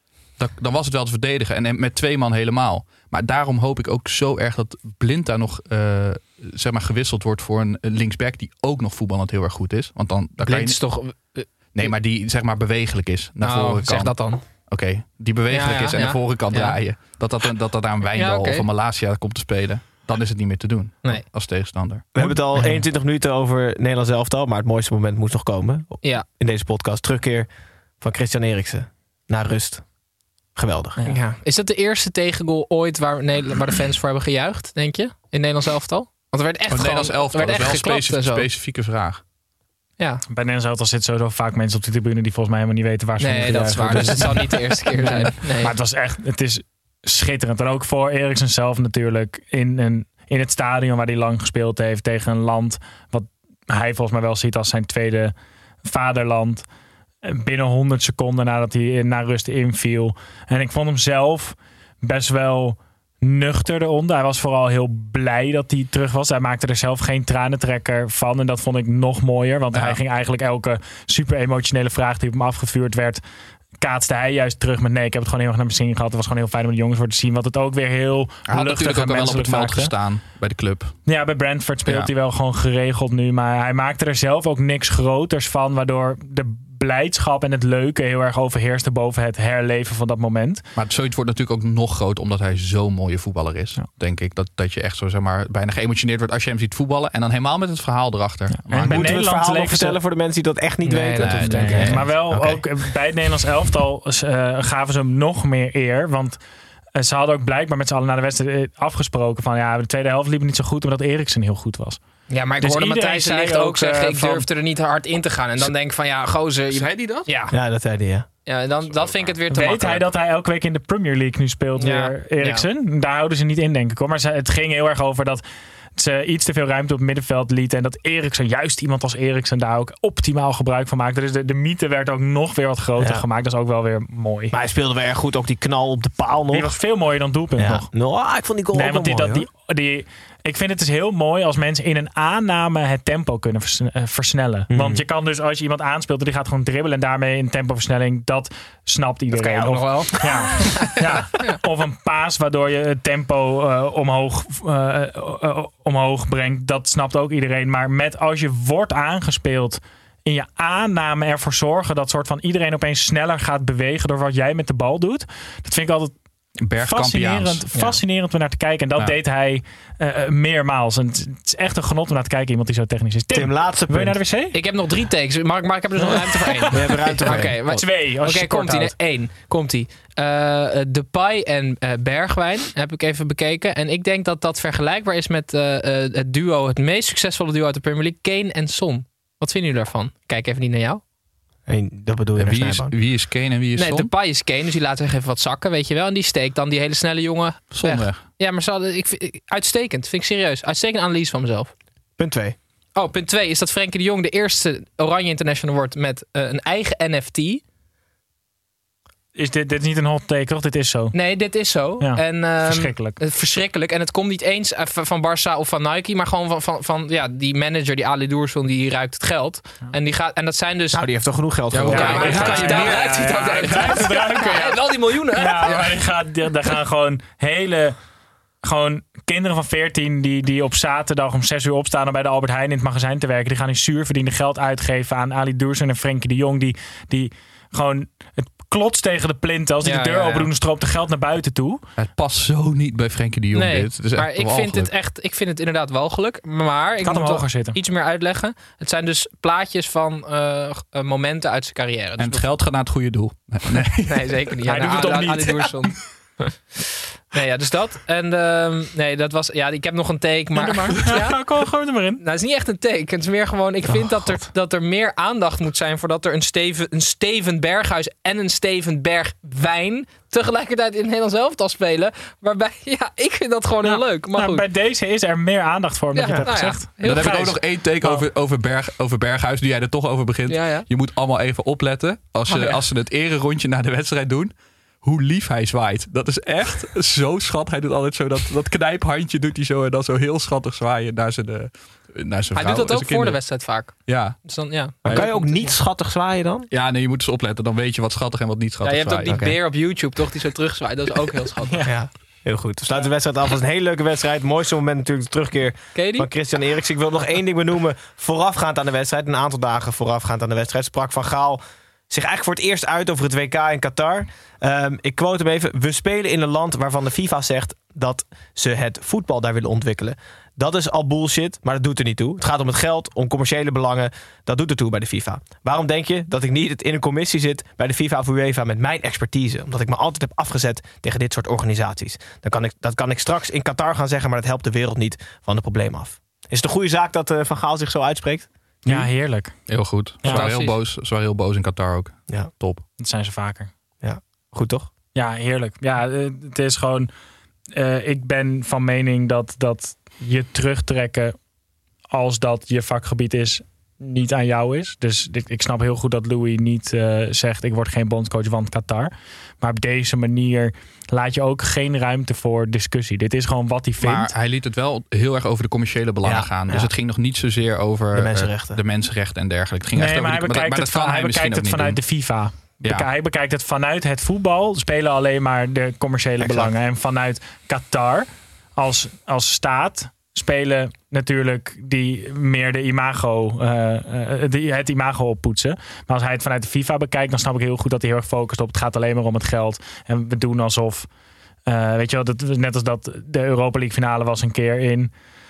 dan was het wel te verdedigen. En met 2 man helemaal. Maar daarom hoop ik ook zo erg dat Blind daar nog gewisseld wordt voor een linksback die ook nog voetballend heel erg goed is. Want dan kan Blind je is toch... Nee, maar die bewegelijk is naar voren kan. Zeg dat dan. Oké, die bewegelijk is en naar voren kan draaien. Dat daar een Wijndal of een Malasia komt te spelen. Dan is het niet meer te doen als tegenstander. We hebben het al 21 minuten over Nederlands elftal. Maar het mooiste moment moest nog komen. Ja. In deze podcast. Terugkeer van Christian Eriksen. Naar rust. Geweldig. Ja. Is dat de eerste tegengoal ooit waar de fans voor hebben gejuicht, denk je? In Nederlands elftal? Want er werd echt Nederlands elftal, er werd dat is echt wel geklapt een specifieke vraag. Ja. Bij Nederlands elftal zitten sowieso vaak mensen op de tribune die volgens mij helemaal niet weten waar ze Nee, dat is waar. Dus het zal niet de eerste keer zijn. Nee. Maar het is schitterend. En ook voor Eriksen zelf natuurlijk. In het stadion waar hij lang gespeeld heeft. Tegen een land wat hij volgens mij wel ziet als zijn tweede vaderland. Binnen 100 seconden nadat hij naar rust inviel. En ik vond hem zelf best wel nuchter eronder. Hij was vooral heel blij dat hij terug was. Hij maakte er zelf geen tranentrekker van. En dat vond ik nog mooier. Want hij ging eigenlijk elke super emotionele vraag die op hem afgevuurd werd, kaatste hij juist terug met nee, ik heb het gewoon heel erg naar mijn zin gehad. Het was gewoon heel fijn om de jongens voor te zien. Wat het ook weer heel hij had luchtig natuurlijk ook en wel op het veld maakte. gestaan bij de club. Ja, bij Brentford speelt hij wel gewoon geregeld nu. Maar hij maakte er zelf ook niks groters van. Waardoor de blijdschap en het leuke heel erg overheerste boven het herleven van dat moment. Maar zoiets wordt natuurlijk ook nog groot omdat hij zo'n mooie voetballer is. Ja. Denk ik. Dat je echt zo bijna geëmotioneerd wordt als je hem ziet voetballen. En dan helemaal met het verhaal erachter. Ja. Maar Moeten we het verhaal nog vertellen voor de mensen die dat echt niet weten? Nee. Maar wel ook bij het Nederlands elftal gaven ze hem nog meer eer. Want ze hadden ook blijkbaar met z'n allen na de wedstrijd afgesproken van de tweede helft liep niet zo goed omdat Eriksen heel goed was. Ja, maar ik dus hoorde Matthijs de Ligt ook zeggen, ik durfde er niet hard in te gaan. En dan denk ik van gozer. Zei hij dat? Ja, dat zei hij, ja, dan dat vind ik het weer te Weet makkelijk. hij dat hij elke week in de Premier League nu speelt weer, Eriksen? Ja. Daar houden ze niet in, denk ik hoor. Maar het ging heel erg over dat ze iets te veel ruimte op het middenveld lieten. En dat Eriksen, juist iemand als Eriksen, daar ook optimaal gebruik van maakte. Dus de mythe werd ook nog weer wat groter gemaakt. Dat is ook wel weer mooi. Maar hij speelde wel erg goed. Ook die knal op de paal nog. Die was veel mooier dan doelpunt nog. Ik vond die goal ook want wel mooi, die Ik vind het dus heel mooi als mensen in een aanname het tempo kunnen versnellen. Want je kan dus, als je iemand aanspeelt en die gaat gewoon dribbelen en daarmee een tempoversnelling, dat snapt iedereen. Dat kan je ook nog wel. Ja. Of een paas waardoor je het tempo omhoog brengt, dat snapt ook iedereen. Maar als je wordt aangespeeld, in je aanname ervoor zorgen dat soort van iedereen opeens sneller gaat bewegen door wat jij met de bal doet. Dat vind ik altijd fascinerend om naar te kijken. En dat deed hij meermaals. En het is echt een genot om naar te kijken. Iemand die zo technisch is. Tim, laatste punt. Wil je naar de wc? Ik heb nog 3 takes. Maar ik heb er dus nog ruimte voor 1. We hebben ruimte voor 1. Maar 2. Oké, komt-ie. 1. Komt-ie. Depay en Bergwijn heb ik even bekeken. En ik denk dat dat vergelijkbaar is met het duo, het meest succesvolle duo uit de Premier League, Kane en Son. Wat vinden jullie daarvan? Kijk even niet naar jou. Dat bedoel je. Wie is Kane en wie is Son? Depay is Kane, dus die laat zich even wat zakken, weet je wel. En die steekt dan die hele snelle jongen weg. Ja, maar uitstekend. Vind ik serieus. Uitstekende analyse van mezelf. Punt 2. Oh, punt 2 is dat Frenkie de Jong de eerste Oranje International wordt met een eigen NFT. Is dit niet een hot take, toch? Dit is zo. Nee, dit is zo. Ja, en, verschrikkelijk. Verschrikkelijk. En het komt niet eens van Barça of van Nike, maar gewoon van die manager, die Ali Doerson, die ruikt het geld. Ja. En die gaat, en dat zijn dus. Nou, die heeft toch genoeg geld voor. En al die miljoenen. Ja, maar daar gaan gewoon kinderen van 14 die op zaterdag om 6 uur opstaan om bij de Albert Heijn in het magazijn te werken. Die gaan hun zuurverdiende geld uitgeven aan Ali Doerson en Frenkie de Jong. Die gewoon het klotst tegen de plinten. Als die de deur open doen, stroomt er geld naar buiten toe. Het past zo niet bij Frenkie de Jong. Nee, dit. Het is maar ik vind het inderdaad walgelijk. Maar ik moet toch iets meer uitleggen. Het zijn dus plaatjes van momenten uit zijn carrière. En dus het geld gaat naar het goede doel. Nee, zeker niet. Hij doet het ook niet. Ali Doerson. Nee, ja, dus dat. En dat was. Ja, ik heb nog een take, maar. Gooi er maar in. Nou, het is niet echt een take. Het is meer gewoon. Ik vind dat er meer aandacht moet zijn voordat er een Steven Berghuis en een Steven Bergwijn tegelijkertijd in het Nederlands elftal spelen. Waarbij, ik vind dat gewoon heel leuk. Maar goed. Bij deze is er meer aandacht voor, omdat je het hebt gezegd. Dan heb ik ook nog 1 take over Berghuis, nu jij er toch over begint. Ja. Je moet allemaal even opletten. Als ze het ererondje na de wedstrijd doen, hoe lief hij zwaait. Dat is echt zo schattig. Hij doet altijd zo dat knijphandje doet hij zo en dan zo heel schattig zwaaien naar zijn vrouw. Hij doet dat ook voor de wedstrijd vaak. Ja. Dus dan, Maar kan je ook niet schattig zwaaien dan? Ja, nee, je moet dus opletten. Dan weet je wat schattig en wat niet schattig je hebt zwaaien. ook die beer op YouTube, toch? Die zo terugzwaait. Dat is ook heel schattig. Ja. Heel goed. We sluiten de wedstrijd af. Het was een hele leuke wedstrijd. Het mooiste moment natuurlijk de terugkeer van Christian Eriksen. Ik wil nog 1 ding benoemen. Voorafgaand aan de wedstrijd. Een aantal dagen voorafgaand aan de wedstrijd sprak Van Gaal zich eigenlijk voor het eerst uit over het WK in Qatar. Ik quote hem even. We spelen in een land waarvan de FIFA zegt dat ze het voetbal daar willen ontwikkelen. Dat is al bullshit, maar dat doet er niet toe. Het gaat om het geld, om commerciële belangen. Dat doet er toe bij de FIFA. Waarom denk je dat ik niet in een commissie zit bij de FIFA of UEFA met mijn expertise? Omdat ik me altijd heb afgezet tegen dit soort organisaties. Dat kan ik straks in Qatar gaan zeggen, maar dat helpt de wereld niet van het probleem af. Is het een goede zaak dat Van Gaal zich zo uitspreekt? Ja, heerlijk. Heel goed. Ze waren heel boos in Qatar ook. Ja. Top. Dat zijn ze vaker. Ja, goed toch? Ja, heerlijk. Ja, het is gewoon. Ik ben van mening dat je terugtrekken als dat je vakgebied is, niet aan jou is. Dus ik snap heel goed dat Louis niet zegt, ik word geen bondscoach van Qatar. Maar op deze manier laat je ook geen ruimte voor discussie. Dit is gewoon wat hij vindt. Maar hij liet het wel heel erg over de commerciële belangen gaan. Dus het ging nog niet zozeer over de mensenrechten en dergelijke. Het ging echt over hij bekijkt het vanuit de FIFA. Ja. Hij bekijkt het vanuit het voetbal. Spelen alleen maar de commerciële belangen. En vanuit Qatar als staat spelen natuurlijk die meer de imago, het imago oppoetsen. Maar als hij het vanuit de FIFA bekijkt, dan snap ik heel goed dat hij heel erg focust op het gaat alleen maar om het geld. En we doen alsof, weet je wel, net als dat de Europa League finale was een keer in,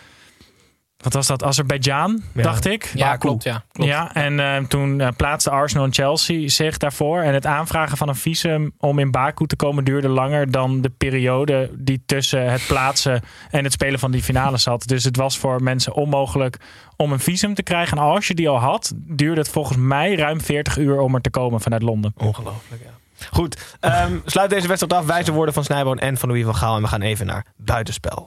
wat was dat? Azerbeidzjan, dacht ik. Ja, klopt. Ja, en toen plaatsten Arsenal en Chelsea zich daarvoor. En het aanvragen van een visum om in Baku te komen duurde langer dan de periode die tussen het plaatsen en het spelen van die finale zat. Dus het was voor mensen onmogelijk om een visum te krijgen. En als je die al had, duurde het volgens mij ruim 40 uur om er te komen vanuit Londen. Ongelooflijk, ja. Goed, sluit deze wedstrijd af. Wijze woorden van Snijboon en van Louis van Gaal. En we gaan even naar buitenspel.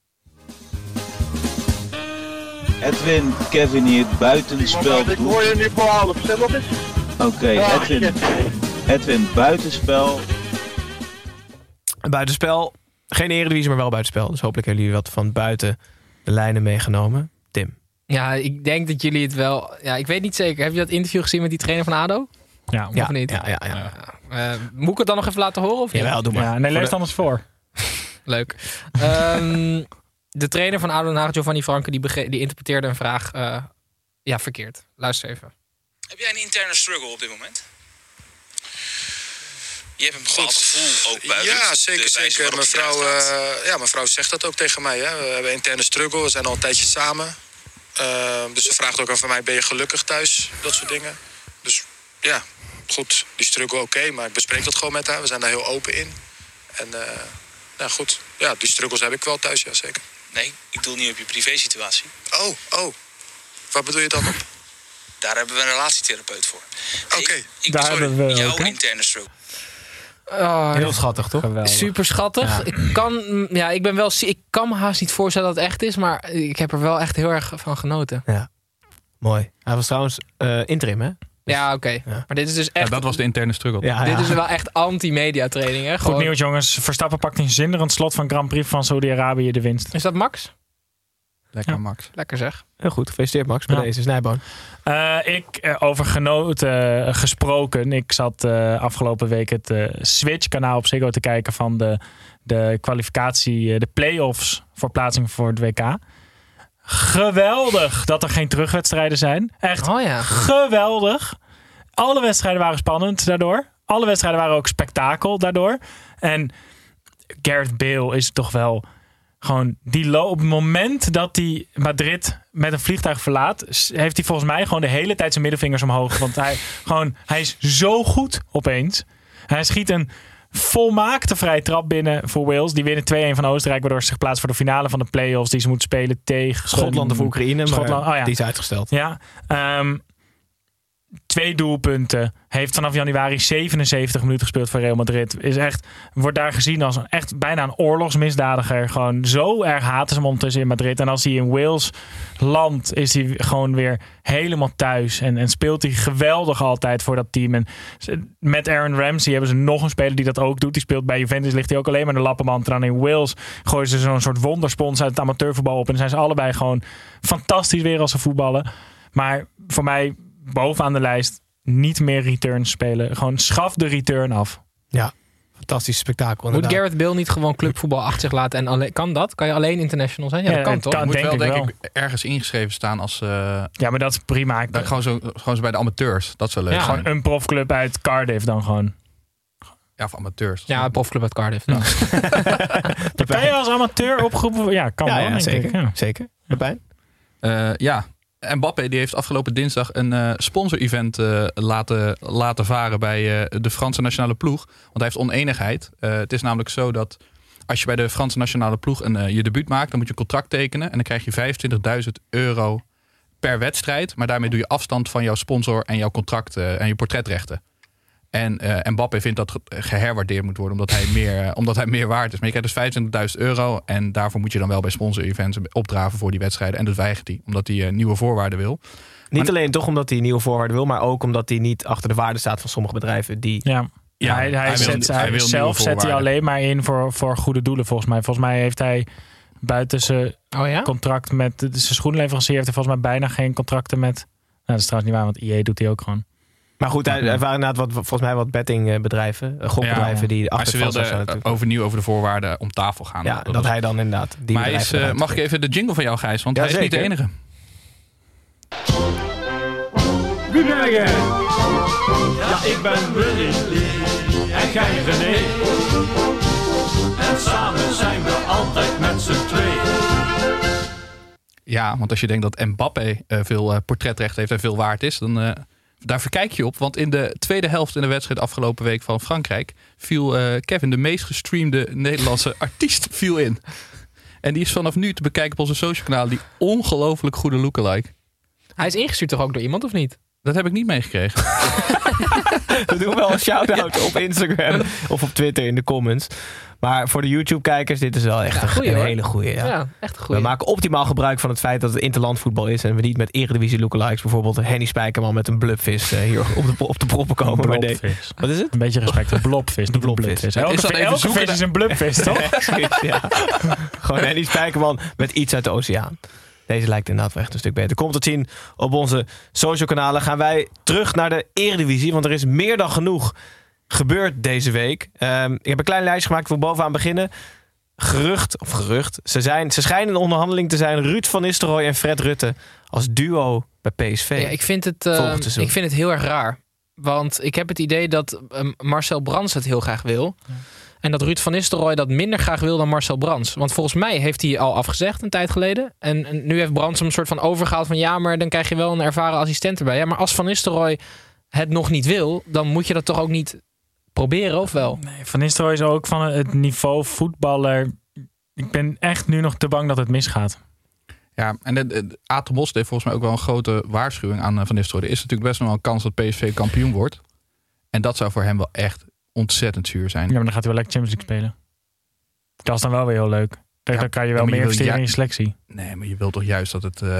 Edwin, Kevin hier, buitenspel. Ik hoor je nu voor half. Stem nog eens. Oké, Edwin, buitenspel. Buitenspel. Geen Eredivisie, maar wel buitenspel. Dus hopelijk hebben jullie wat van buiten de lijnen meegenomen. Tim. Ja, ik denk dat jullie het wel... Ja, ik weet niet zeker. Heb je dat interview gezien met die trainer van ADO? Ja, of niet? Ja. Moet ik het dan nog even laten horen? Of niet? Jawel, doe maar. Ja, nee, lees het anders voor. Leuk. De trainer van ADO Den Haag, Giovanni Franke, die interpreteerde een vraag verkeerd. Luister even. Heb jij een interne struggle op dit moment? Je hebt een bepaald gevoel ook buiten. Ja, zeker. Mijn vrouw zegt dat ook tegen mij. Hè. We hebben een interne struggle. We zijn al een tijdje samen. Dus ze vraagt ook aan van mij, ben je gelukkig thuis? Dat soort dingen. Dus ja, goed. Die struggle oké, maar ik bespreek dat gewoon met haar. We zijn daar heel open in. En goed. Ja, die struggles heb ik wel thuis, ja zeker. Nee, ik bedoel niet op je privésituatie. Oh. Wat bedoel je dan op? Daar hebben we een relatietherapeut voor. Oké. Daar hebben we jouw ook, hè? interne struggle. Heel schattig, toch? Geweldig. Super schattig. Ja. Ik kan me haast niet voorstellen dat het echt is, maar ik heb er wel echt heel erg van genoten. Ja. Mooi. Hij was trouwens interim, hè? Ja, oké. Ja. Maar dit is dus echt... Ja, dat was de interne struggle. Dit is wel echt anti-media training, hè? Goed nieuws, jongens. Verstappen pakt in zinderend slot van Grand Prix van Saudi-Arabië de winst. Is dat Max? Lekker, Max. Lekker zeg. Heel goed. Gefeliciteerd, Max, bij deze Snijboon. Over genoten gesproken. Ik zat afgelopen week het Switch-kanaal op Ziggo te kijken van de kwalificatie, de play-offs voor plaatsing voor het WK. Geweldig dat er geen terugwedstrijden zijn. Echt geweldig. Alle wedstrijden waren spannend daardoor. Alle wedstrijden waren ook spektakel daardoor. En Gareth Bale is toch wel gewoon op het moment dat hij Madrid met een vliegtuig verlaat, heeft hij volgens mij gewoon de hele tijd zijn middelvingers omhoog. Want hij is zo goed opeens. Hij schiet een volmaakte vrije trap binnen voor Wales. Die winnen 2-1 van Oostenrijk, waardoor ze zich plaatsen voor de finale van de play-offs die ze moeten spelen tegen Schotland of Oekraïne. Schotland, die is uitgesteld. Ja. 2 doelpunten. Heeft vanaf januari 77 minuten gespeeld voor Real Madrid. Wordt daar gezien als bijna een oorlogsmisdadiger. Gewoon zo erg haten ze hem ondertussen in Madrid. En als hij in Wales landt, is hij gewoon weer helemaal thuis. En speelt hij geweldig altijd voor dat team. En met Aaron Ramsey hebben ze nog een speler die dat ook doet. Die speelt bij Juventus, ligt hij ook alleen maar de lappenmand. En dan in Wales gooien ze zo'n soort wonderspons uit het amateurvoetbal op. En dan zijn ze allebei gewoon fantastisch weer als ze voetballen. Maar voor mij bovenaan de lijst niet meer returns spelen. Gewoon schaf de return af. Ja, fantastisch spektakel. Moet Gareth Bale niet gewoon clubvoetbal achter zich laten? En kan dat? Kan je alleen international zijn? Ja, dat kan toch? Je moet wel, denk ik, ergens ingeschreven staan als... ja, maar dat is prima. Gewoon zo bij de amateurs. Dat zou leuk zijn. Gewoon een profclub uit Cardiff dan gewoon. Ja, of amateurs. Ja, een profclub uit Cardiff. Ja. Kan je als amateur opgeroepen? Ja, kan wel. Ja, zeker. Ik. Ja. Zeker. Pepijn? Ja. Mbappé die heeft afgelopen dinsdag een sponsor-event laten varen bij de Franse nationale ploeg. Want hij heeft oneenigheid. Het is namelijk zo dat als je bij de Franse nationale ploeg je debuut maakt, dan moet je een contract tekenen. En dan krijg je €25.000 per wedstrijd. Maar daarmee doe je afstand van jouw sponsor en jouw contract en je portretrechten. En Mbappé vindt dat geherwaardeerd moet worden omdat hij meer waard is. Maar je krijgt dus €25.000 en daarvoor moet je dan wel bij sponsor-events opdraven voor die wedstrijden. En dat weigert hij, omdat hij nieuwe voorwaarden wil. Niet alleen toch omdat hij nieuwe voorwaarden wil, maar ook omdat hij niet achter de waarde staat van sommige bedrijven die... Ja, hij wil zelf zet hij alleen maar in voor goede doelen volgens mij. Volgens mij heeft hij buiten zijn contract met zijn schoenleverancier heeft hij volgens mij bijna geen contracten met... Nou, dat is trouwens niet waar, want EA doet hij ook gewoon. Maar goed, er waren inderdaad volgens mij wat bettingbedrijven, gokbedrijven die achter maar ze wilden overnieuw over de voorwaarden om tafel gaan. Ja, dat hij dan inderdaad die maar mag ik even de jingle van jou, Gijs? Want hij is niet de enige. Wie ben jij? Ja, ik ben Willy en jij René. En samen zijn we altijd met z'n tweeën. Ja, want als je denkt dat Mbappé veel portretrecht heeft en veel waard is, dan... Daar verkijk je op, want in de tweede helft in de wedstrijd afgelopen week van Frankrijk viel Kevin, de meest gestreamde Nederlandse artiest, viel in. En die is vanaf nu te bekijken op onze social kanalen, die ongelooflijk goede lookalike. Hij is ingestuurd toch ook door iemand, of niet? Dat heb ik niet meegekregen. We doen wel een shout-out op Instagram of op Twitter in de comments. Maar voor de YouTube-kijkers, dit is wel echt een hele goeie. Ja, echt een goeie. We maken optimaal gebruik van het feit dat het interlandvoetbal is. En we niet met Eredivisie lookalikes, bijvoorbeeld Henny Spijkerman met een blubvis hier op de proppen komen. Blobvis. Wat is het? Een beetje respect. Een blobvis. De blobvis. Elke vis is een blubvis, toch? Ja. Gewoon Henny Spijkerman met iets uit de oceaan. Deze lijkt inderdaad wel echt een stuk beter. Komt te zien op onze social kanalen. Gaan wij terug naar de Eredivisie. Want er is meer dan genoeg gebeurd deze week. Ik heb een klein lijstje gemaakt. Ik wil bovenaan beginnen. Gerucht. Ze schijnen in onderhandeling te zijn. Ruud van Nistelrooy en Fred Rutte als duo bij PSV. Ja, ik vind het heel erg raar. Want ik heb het idee dat Marcel Brands het heel graag wil. Ja. En dat Ruud van Nistelrooy dat minder graag wil dan Marcel Brands. Want volgens mij heeft hij al afgezegd een tijd geleden. En nu heeft Brands hem een soort van overgehaald van... ja, maar dan krijg je wel een ervaren assistent erbij. Ja, maar als Van Nistelrooy het nog niet wil... dan moet je dat toch ook niet proberen, of wel? Nee, Van Nistelrooy is ook van het niveau voetballer. Ik ben echt nu nog te bang dat het misgaat. Ja, en Aad de Bos heeft volgens mij ook wel een grote waarschuwing aan Van Nistelrooy. Er is natuurlijk best nog wel een kans dat PSV kampioen wordt. En dat zou voor hem wel echt ontzettend zuur zijn. Ja, maar dan gaat hij wel lekker Champions League spelen. Dat is dan wel weer heel leuk. Dan kan je wel meer investeren in je selectie. Nee, maar je wilt toch juist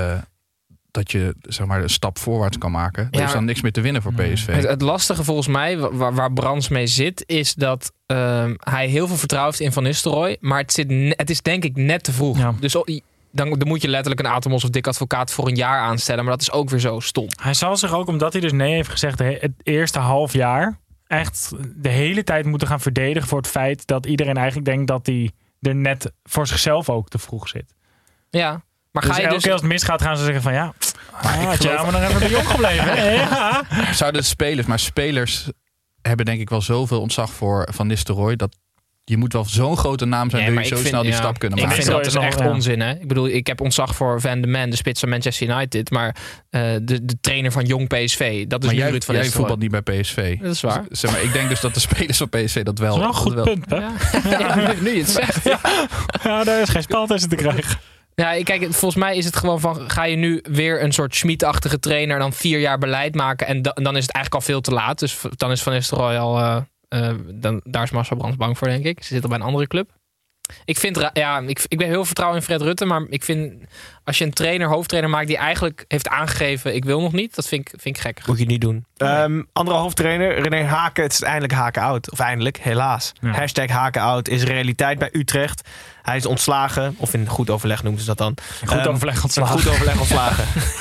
dat je zeg maar een stap voorwaarts kan maken. Er is dan niks meer te winnen voor PSV. Het lastige volgens mij, waar Brands mee zit, is dat hij heel veel vertrouwen heeft in Van Nistelrooy. Maar het is denk ik net te vroeg. Ja. Dus dan moet je letterlijk een Atemos of Dick Advocaat voor een jaar aanstellen. Maar dat is ook weer zo stom. Hij zal zich ook, omdat hij dus nee heeft gezegd, het eerste half jaar echt de hele tijd moeten gaan verdedigen voor het feit dat iedereen eigenlijk denkt dat hij er net voor zichzelf ook te vroeg zit. Ja, maar dus ga je elke keer als het misgaat gaan ze zeggen van ja, maar dan hebben we jong gebleven. Ja. Zouden spelers hebben denk ik wel zoveel ontzag voor Van Nistelrooy dat je moet wel zo'n grote naam zijn, wil je zo snel die stap kunnen maken. Ik vind dat is echt onzin. Hè? Ik bedoel, ik heb ontzag voor Van de Man, de spits van Manchester United. Maar de trainer van jong PSV, dat is maar Ruud van Nistelrooy. Jij voetbalt niet bij PSV. Dat is waar. Zeg maar, ik denk dus dat de spelers van PSV dat wel... Dat is wel een goed punt, hè? Ja, nu je het zegt. Ja, daar is geen spel tussen te krijgen. Ja, kijk, volgens mij is het gewoon van... ga je nu weer een soort Schmid-achtige trainer en dan 4 jaar beleid maken en dan is het eigenlijk al veel te laat. Dus dan is Van Nistelrooy al... daar is Marcel Brands bang voor, denk ik. Ze zit al bij een andere club. Ik ben heel vertrouwen in Fred Rutte, maar ik vind als je een hoofdtrainer maakt die eigenlijk heeft aangegeven ik wil nog niet, dat vind ik gek. Moet je niet doen. Andere hoofdtrainer, René Haken, het is eindelijk Haken out. Of eindelijk, helaas. Ja. #Haken out is realiteit bij Utrecht. Hij is ontslagen, of in goed overleg noemen ze dat dan. Goed overleg ontslagen. Goed overleg ontslagen.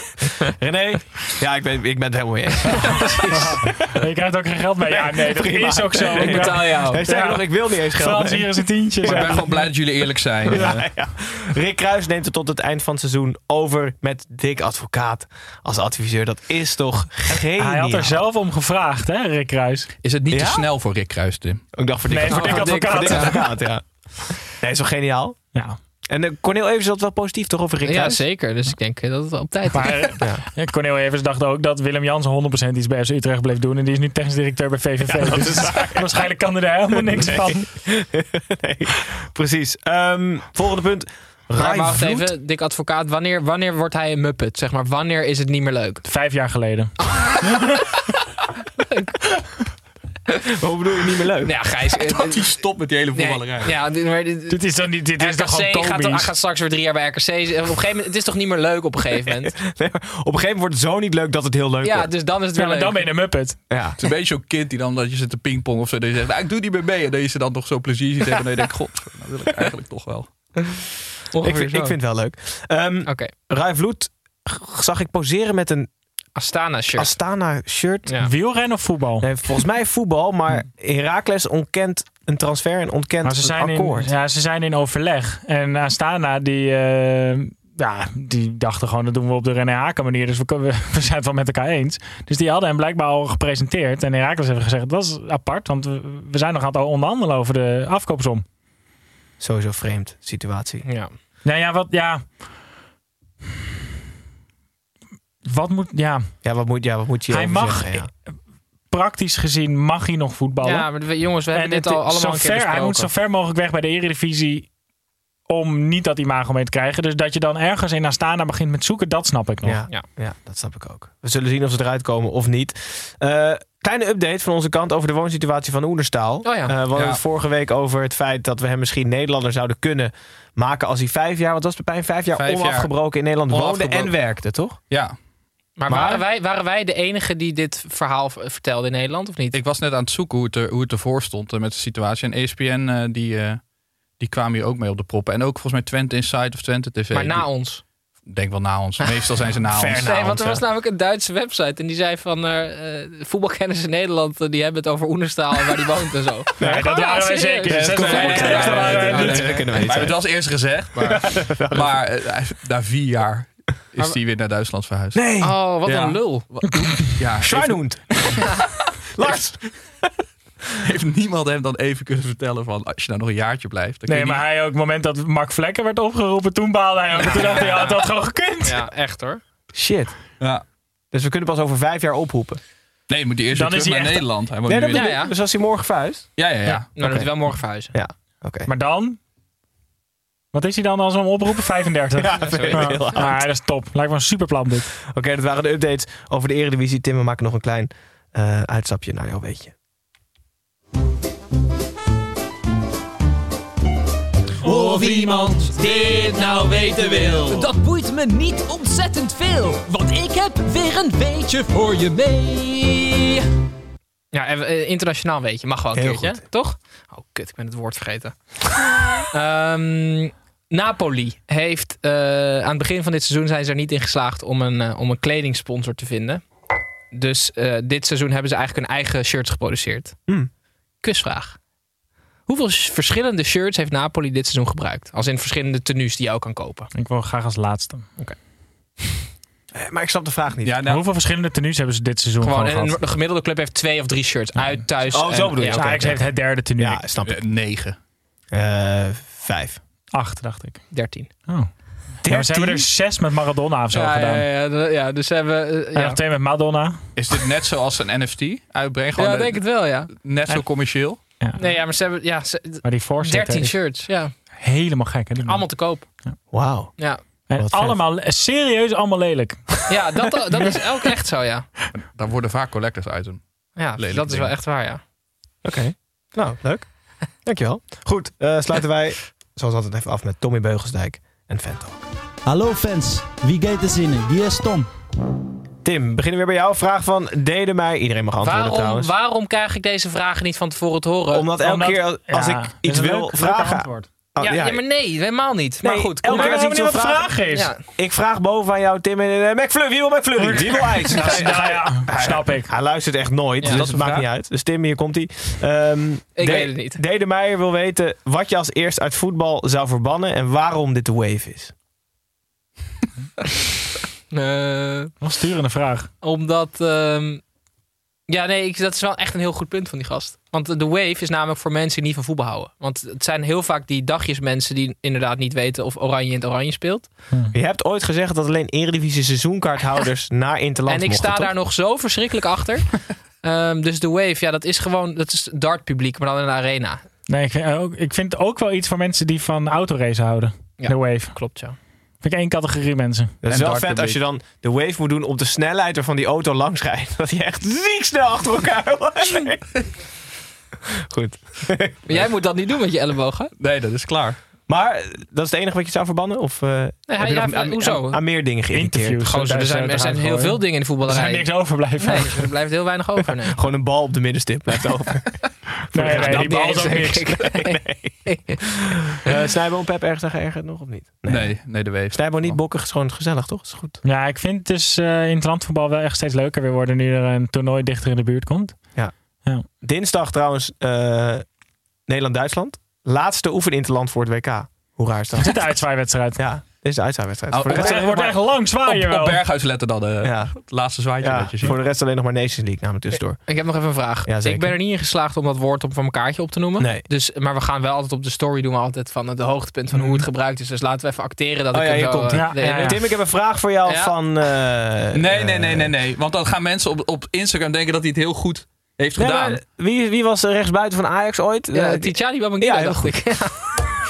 René, ja, ik ben het helemaal mee eens. Je krijgt ook geen geld mee. Ja, nee, dat is ook zo. Ik betaal jou. Ik wil niet eens geld. Frans, hier is een tientje. Ik ben gewoon blij dat jullie eerlijk zijn. Ja. Rick Kruijs neemt het tot het eind van het seizoen over met Dick Advocaat als adviseur. Dat is toch geniaal. Hij had er zelf om gevraagd, hè, Rick Kruijs. Is het niet te snel voor Rick Kruijs, Tim? Ik dacht voor Dick Advocaat. Ja. Nee, is toch geniaal? Ja. En Cornel Evers had wel positief toch over Rick Kruijs? Ja, zeker. Dus ik denk dat het op tijd is. Cornel Evers dacht ook dat Willem Jansen 100% iets bij FC Utrecht bleef doen. En die is nu technisch directeur bij VVV. Ja, dus waarschijnlijk kan er helemaal niks van. Nee, precies. Volgende punt. Maar wacht even, Dick Advocaat. Wanneer wordt hij een muppet? Zeg maar, wanneer is het niet meer leuk? 5 jaar geleden. Hoe bedoel je niet meer leuk? Ja, Gijs. Dat hij stopt met die hele voetballerij. Nee, ja, dit is toch niet. Dit is toch gewoon gaat straks weer 3 jaar bij RKC. Op een gegeven moment, het is toch niet meer leuk op een gegeven moment? Nee, op een gegeven moment wordt het zo niet leuk dat het heel leuk wordt. Ja, dus dan is het weer leuk. Dan ben je een muppet. Ja. Het is een beetje zo'n kind die dan dat je zit te pingpong of zo. Dat je zegt, ik doe niet meer mee. En dat je ze dan toch zo plezier ziet hebben. En dan je denkt, god, dat wil ik eigenlijk toch wel. Ik vind het wel leuk. Rai Vloed zag ik poseren met een Astana shirt. Ja. Wielrennen of voetbal? Nee, volgens mij voetbal, maar Heracles ontkent een transfer en ontkent een akkoord. Ze zijn in overleg. En Astana die dachten gewoon, dat doen we op de René Haken manier. Dus we zijn het wel met elkaar eens. Dus die hadden hem blijkbaar al gepresenteerd. En Heracles heeft gezegd, dat is apart. Want we zijn nog aan het onderhandelen over de afkoopsom. Sowieso vreemd situatie. Ja. Wat moet je hij mag zeggen, praktisch gezien mag hij nog voetballen. Ja, maar jongens, we hebben dit al allemaal een keer besproken. Hij moet zo ver mogelijk weg bij de Eredivisie. om niet dat imago mee te krijgen. Dus dat je dan ergens in Astana begint met zoeken, dat snap ik nog. Ja, dat snap ik ook. We zullen zien of ze eruit komen of niet. Kleine update van onze kant over de woonsituatie van Oenerstal. We hadden het vorige week over het feit dat we hem misschien Nederlander zouden kunnen maken als hij 5 jaar, wat was Pepijn? 5 jaar onafgebroken in Nederland woonde en werkte, toch? Ja. Maar waren wij de enige die dit verhaal vertelde in Nederland, of niet? Ik was net aan het zoeken hoe het ervoor stond met de situatie. En ESPN, die kwamen hier ook mee op de proppen. En ook volgens mij Twente Insight of Twente TV. Maar na ons? Ik denk wel na ons. Meestal zijn ze na ons. Nee, want er was namelijk een Duitse website. En die zei van voetbalkenners in Nederland, die hebben het over Oenerstal en waar die woont en zo. Nee, dat waren wij zeker. Maar het was eerst gezegd. Maar na 4 jaar is hij weer naar Duitsland verhuisd. Nee. Oh, wat een lul. Ja, Schweinhund. Lars. Heeft niemand hem dan even kunnen vertellen van als je nou nog een jaartje blijft. Dan maar hij ook, het moment dat Mark Vlekken werd opgeroepen, toen baalde hij ook. En toen dacht hij, het had gewoon gekund. Ja, echt hoor. Shit. Ja. Dus we kunnen pas over 5 jaar oproepen. Nee, moet hij eerst weer terug naar Nederland. Hij woont Dus als hij morgen verhuist? Ja. Nou, dat hij wel morgen verhuizen. Ja, oké. Maar dan? Wat is hij dan als we hem oproepen? 35. Ja, dat is heel oud. Dat is top. Lijkt me een superplan dit. Oké, dat waren de updates over de Eredivisie. Tim, we maken nog een klein uitstapje naar jouw weetje. Of iemand dit nou weten wil. Dat boeit me niet ontzettend veel. Want ik heb weer een weetje voor je mee. Ja, internationaal weetje. Mag wel een keertje, goed. Toch? Oh, kut, ik ben het woord vergeten. Napoli heeft aan het begin van dit seizoen zijn ze er niet in geslaagd om een kledingsponsor te vinden. Dus dit seizoen hebben ze eigenlijk hun eigen shirts geproduceerd. Quizvraag. Hoeveel verschillende shirts heeft Napoli dit seizoen gebruikt? Als in verschillende tenues die je ook kan kopen. Ik wil graag als laatste. Oké. Maar ik snap de vraag niet. Ja, nou, hoeveel verschillende tenues hebben ze dit seizoen gewoon gehad? Een gemiddelde club heeft 2 of 3 shirts. Uit, thuis. Oh, zo bedoel je. Ja, Ajax heeft het derde tenue. Ja, snap ik. 9. 5. 8, dacht ik. 13. Oh. Ja, ze hebben er 6 met Maradona of zo gedaan. Ja, dus ze hebben... nog 2 met Madonna. Is dit net zoals een NFT uitbrengen? Ja, denk het wel, ja. Net zo commercieel? Ja. Nee, maar ze hebben maar die 13 shirts, ja. Helemaal gek, hè? Allemaal te koop. Ja. Wauw. Ja. En allemaal, serieus, allemaal lelijk. Ja, dat is ook echt zo, ja. Daar worden vaak collectors uit. Ja, dat is wel echt waar, ja. Oké. Nou, leuk. Dankjewel. Goed, sluiten wij zoals altijd even af met Tommy Beugelsdijk en Fantalk. Hallo fans, wie gaat er zinnen? Hier is Tom. Tim, beginnen weer bij jou. Vraag van Dedemij. Iedereen mag antwoorden trouwens. Waarom krijg ik deze vragen niet van tevoren te horen? Omdat elke keer als ik iets wil vragen... Oh, ja, maar nee, helemaal niet. Nee, maar goed, elke keer als ik iets wil vragen is. Ja. Ik vraag boven aan jou, Tim, en McFlurry. Wie wil McFlurry? Wie wil ijs? Snap ik. Hij luistert echt nooit, dus dat maakt niet uit. Dus Tim, hier komt hij. Ik weet het niet. Dedemeijer wil weten wat je als eerst uit voetbal zou verbannen en waarom dit de wave is. Wat sturende vraag. Omdat... dat is wel echt een heel goed punt van die gast. Want de wave is namelijk voor mensen die niet van voetbal houden. Want het zijn heel vaak die dagjes mensen die inderdaad niet weten of Oranje in het Oranje speelt. Je hebt ooit gezegd dat alleen Eredivisie seizoenkaarthouders naar Interland en ik mochten, sta toch? daar nog zo verschrikkelijk achter. Dus de wave, dat is dartpubliek, maar dan in de arena. Nee, ik vind het ook wel iets voor mensen die van autoracen houden. Ja, de wave. Klopt, ja. Vind ik 1 categorie mensen. Dat is wel vet als je dan de wave moet doen op de snelheid waarvan die auto langs rijdt. Dat je echt ziek snel achter elkaar nee. Goed. Maar jij moet dat niet doen met je ellebogen. Nee, dat is klaar. Maar dat is het enige wat je zou verbannen? Of hoezo? Aan meer dingen geïrriteerd? Er zijn heel veel dingen in de voetballerij. Er is niks overblijven. Nee, er blijft heel weinig over. Nee. Gewoon een bal op de middenstip blijft over. nee, die bal is ook niks. Snijboom, Pep ergens aan geërgerd nog of niet? Nee, de wave. Snijboom niet bokkig, is gewoon gezellig, toch? Is goed. Ja, ik vind dus in het landvoetbal wel echt steeds leuker weer worden nu er een toernooi dichter in de buurt komt. Ja. Dinsdag trouwens Nederland-Duitsland. Laatste oefeninterland voor het WK. Hoe raar is dat? Is dit de uitzwaaiwedstrijd? Ja, dit is de uitzwaaiwedstrijd. Het wordt echt lang zwaaien op Berghuis letten dan het laatste zwaaitje dat je ziet. Voor de rest alleen nog maar Nations League namelijk tussendoor. Ik heb nog even een vraag. Ja, ik ben er niet in geslaagd om dat woord van mijn kaartje op te noemen. Nee. Dus, maar we gaan wel altijd op de story doen we altijd van het hoogtepunt van hoe het gebruikt is. Dus laten we even acteren dat ik hem zo... Komt. Tim, ik heb een vraag voor jou van... Nee. Want dan gaan mensen op Instagram denken dat hij het heel goed heeft gedaan. Wie was rechtsbuiten van Ajax ooit? Tijani Babangida, dacht ik.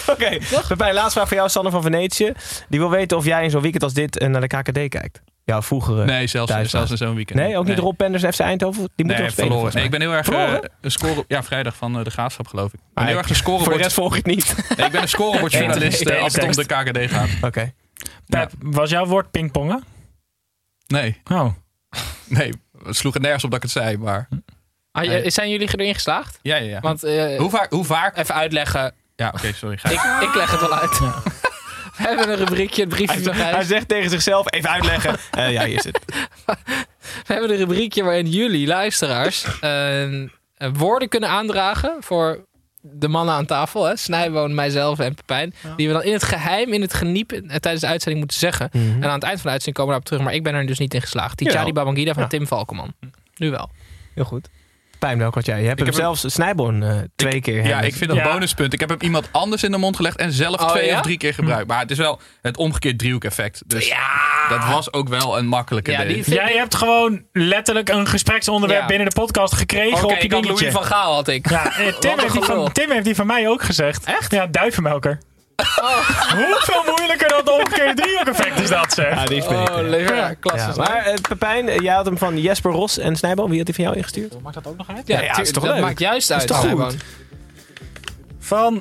Oké, Pepijn, laatste vraag voor jou, Sander van Venetië. Die wil weten of jij in zo'n weekend als dit naar de KKD kijkt. Jouw vroegere. Nee, zelfs in zo'n weekend. Nee, ook niet Rob Penders, FC Eindhoven? Die moeten nog spelen. Verloren. Nee, ik ben heel erg een score. Ja, vrijdag van de Graafschap, geloof ik. Ben heel erg een scorebord. Voor de rest volg ik niet. Nee, ik ben een scorebordjournalist als het om de KKD gaat. Oké. Pep, was jouw woord pingpongen? Nee. Oh. Nee, het sloeg er nergens op dat ik het zei, maar... Zijn jullie erin geslaagd? Ja. Want, hoe vaak? Even uitleggen. Ja, oké, sorry. Ik leg het wel uit. Ja. We hebben een rubriekje, het briefje van Gijs. Hij zegt tegen zichzelf, even uitleggen. Ja, hier is het. We hebben een rubriekje waarin jullie, luisteraars, woorden kunnen aandragen voor de mannen aan tafel. Hè? Snijboon, mijzelf en Pepijn. Ja. Die we dan in het geheim, in het geniep tijdens de uitzending moeten zeggen. En aan het eind van de uitzending komen we daarop terug. Maar ik ben er dus niet in geslaagd. Tijari Babangida van Tim Valkenman. Nu wel. Heel goed. Pijn, welk had jij? Je hebt hem zelfs Snijboon 2 keer. Ja, ik vind dat bonuspunt. Ik heb hem iemand anders in de mond gelegd en zelf 2 of 3 keer gebruikt. Maar het is wel het omgekeerd driehoek-effect. Dus dat was ook wel een makkelijke idee. Jij hebt gewoon letterlijk een gespreksonderwerp binnen de podcast gekregen op je dingetje. Louis van Gaal had ik. Ja, Tim heeft die van mij ook gezegd. Echt? Ja, duivenmelker. Hoeveel moeilijker dan het omgekeerde driehoek-effect is dat, zeg? Ja, die is klasse. Maar Pepijn, jij had hem van Jesper Ros en Snijboon. Wie had die van jou ingestuurd? Maakt dat ook nog uit? Ja, is toch dat leuk? maakt juist uit. Dat is toch goed? Van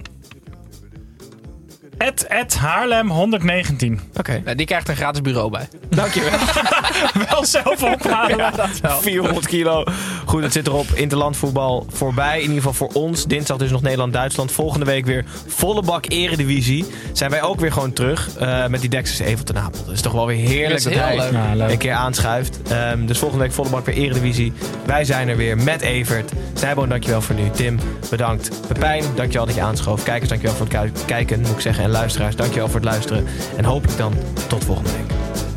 Haarlem 119. Oké. Ja, die krijgt een gratis bureau bij. Dankjewel. Wel zelf ophalen. Ja, dat wel. 400 kilo. Goed, het zit erop. Interlandvoetbal voorbij. In ieder geval voor ons. Dinsdag dus nog Nederland-Duitsland. Volgende week weer volle bak eredivisie. Zijn wij ook weer gewoon terug met die Dexters even ten Apel. Dat is toch wel weer heerlijk dat hij een keer aanschuift. Dus volgende week volle bak weer eredivisie. Wij zijn er weer met Evert. Snijboon, dankjewel voor nu. Tim, bedankt. Pepijn, dankjewel dat je aanschoof. Kijkers, dankjewel voor het kijken, moet ik zeggen. En luisteraars, dankjewel voor het luisteren. En hopelijk dan tot volgende week.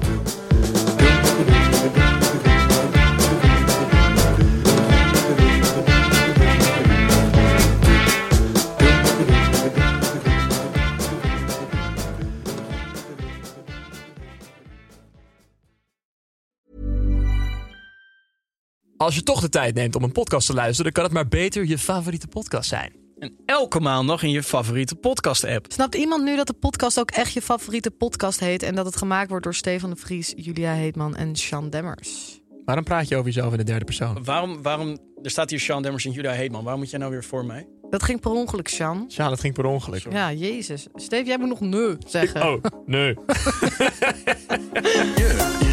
Als je toch de tijd neemt om een podcast te luisteren, dan kan het maar beter je favoriete podcast zijn. En elke maandag in je favoriete podcast-app. Snapt iemand nu dat de podcast ook echt je favoriete podcast heet en dat het gemaakt wordt door Stefan de Vries, Julia Heetman en Sean Demmers? Waarom praat je over jezelf in de derde persoon? Waarom er staat hier Sean Demmers en Julia Heetman. Waarom moet jij nou weer voor mij? Dat ging per ongeluk, Sean. Ja, dat ging per ongeluk. Sorry. Ja, jezus. Steve, jij moet nog nee zeggen. Oh, nee.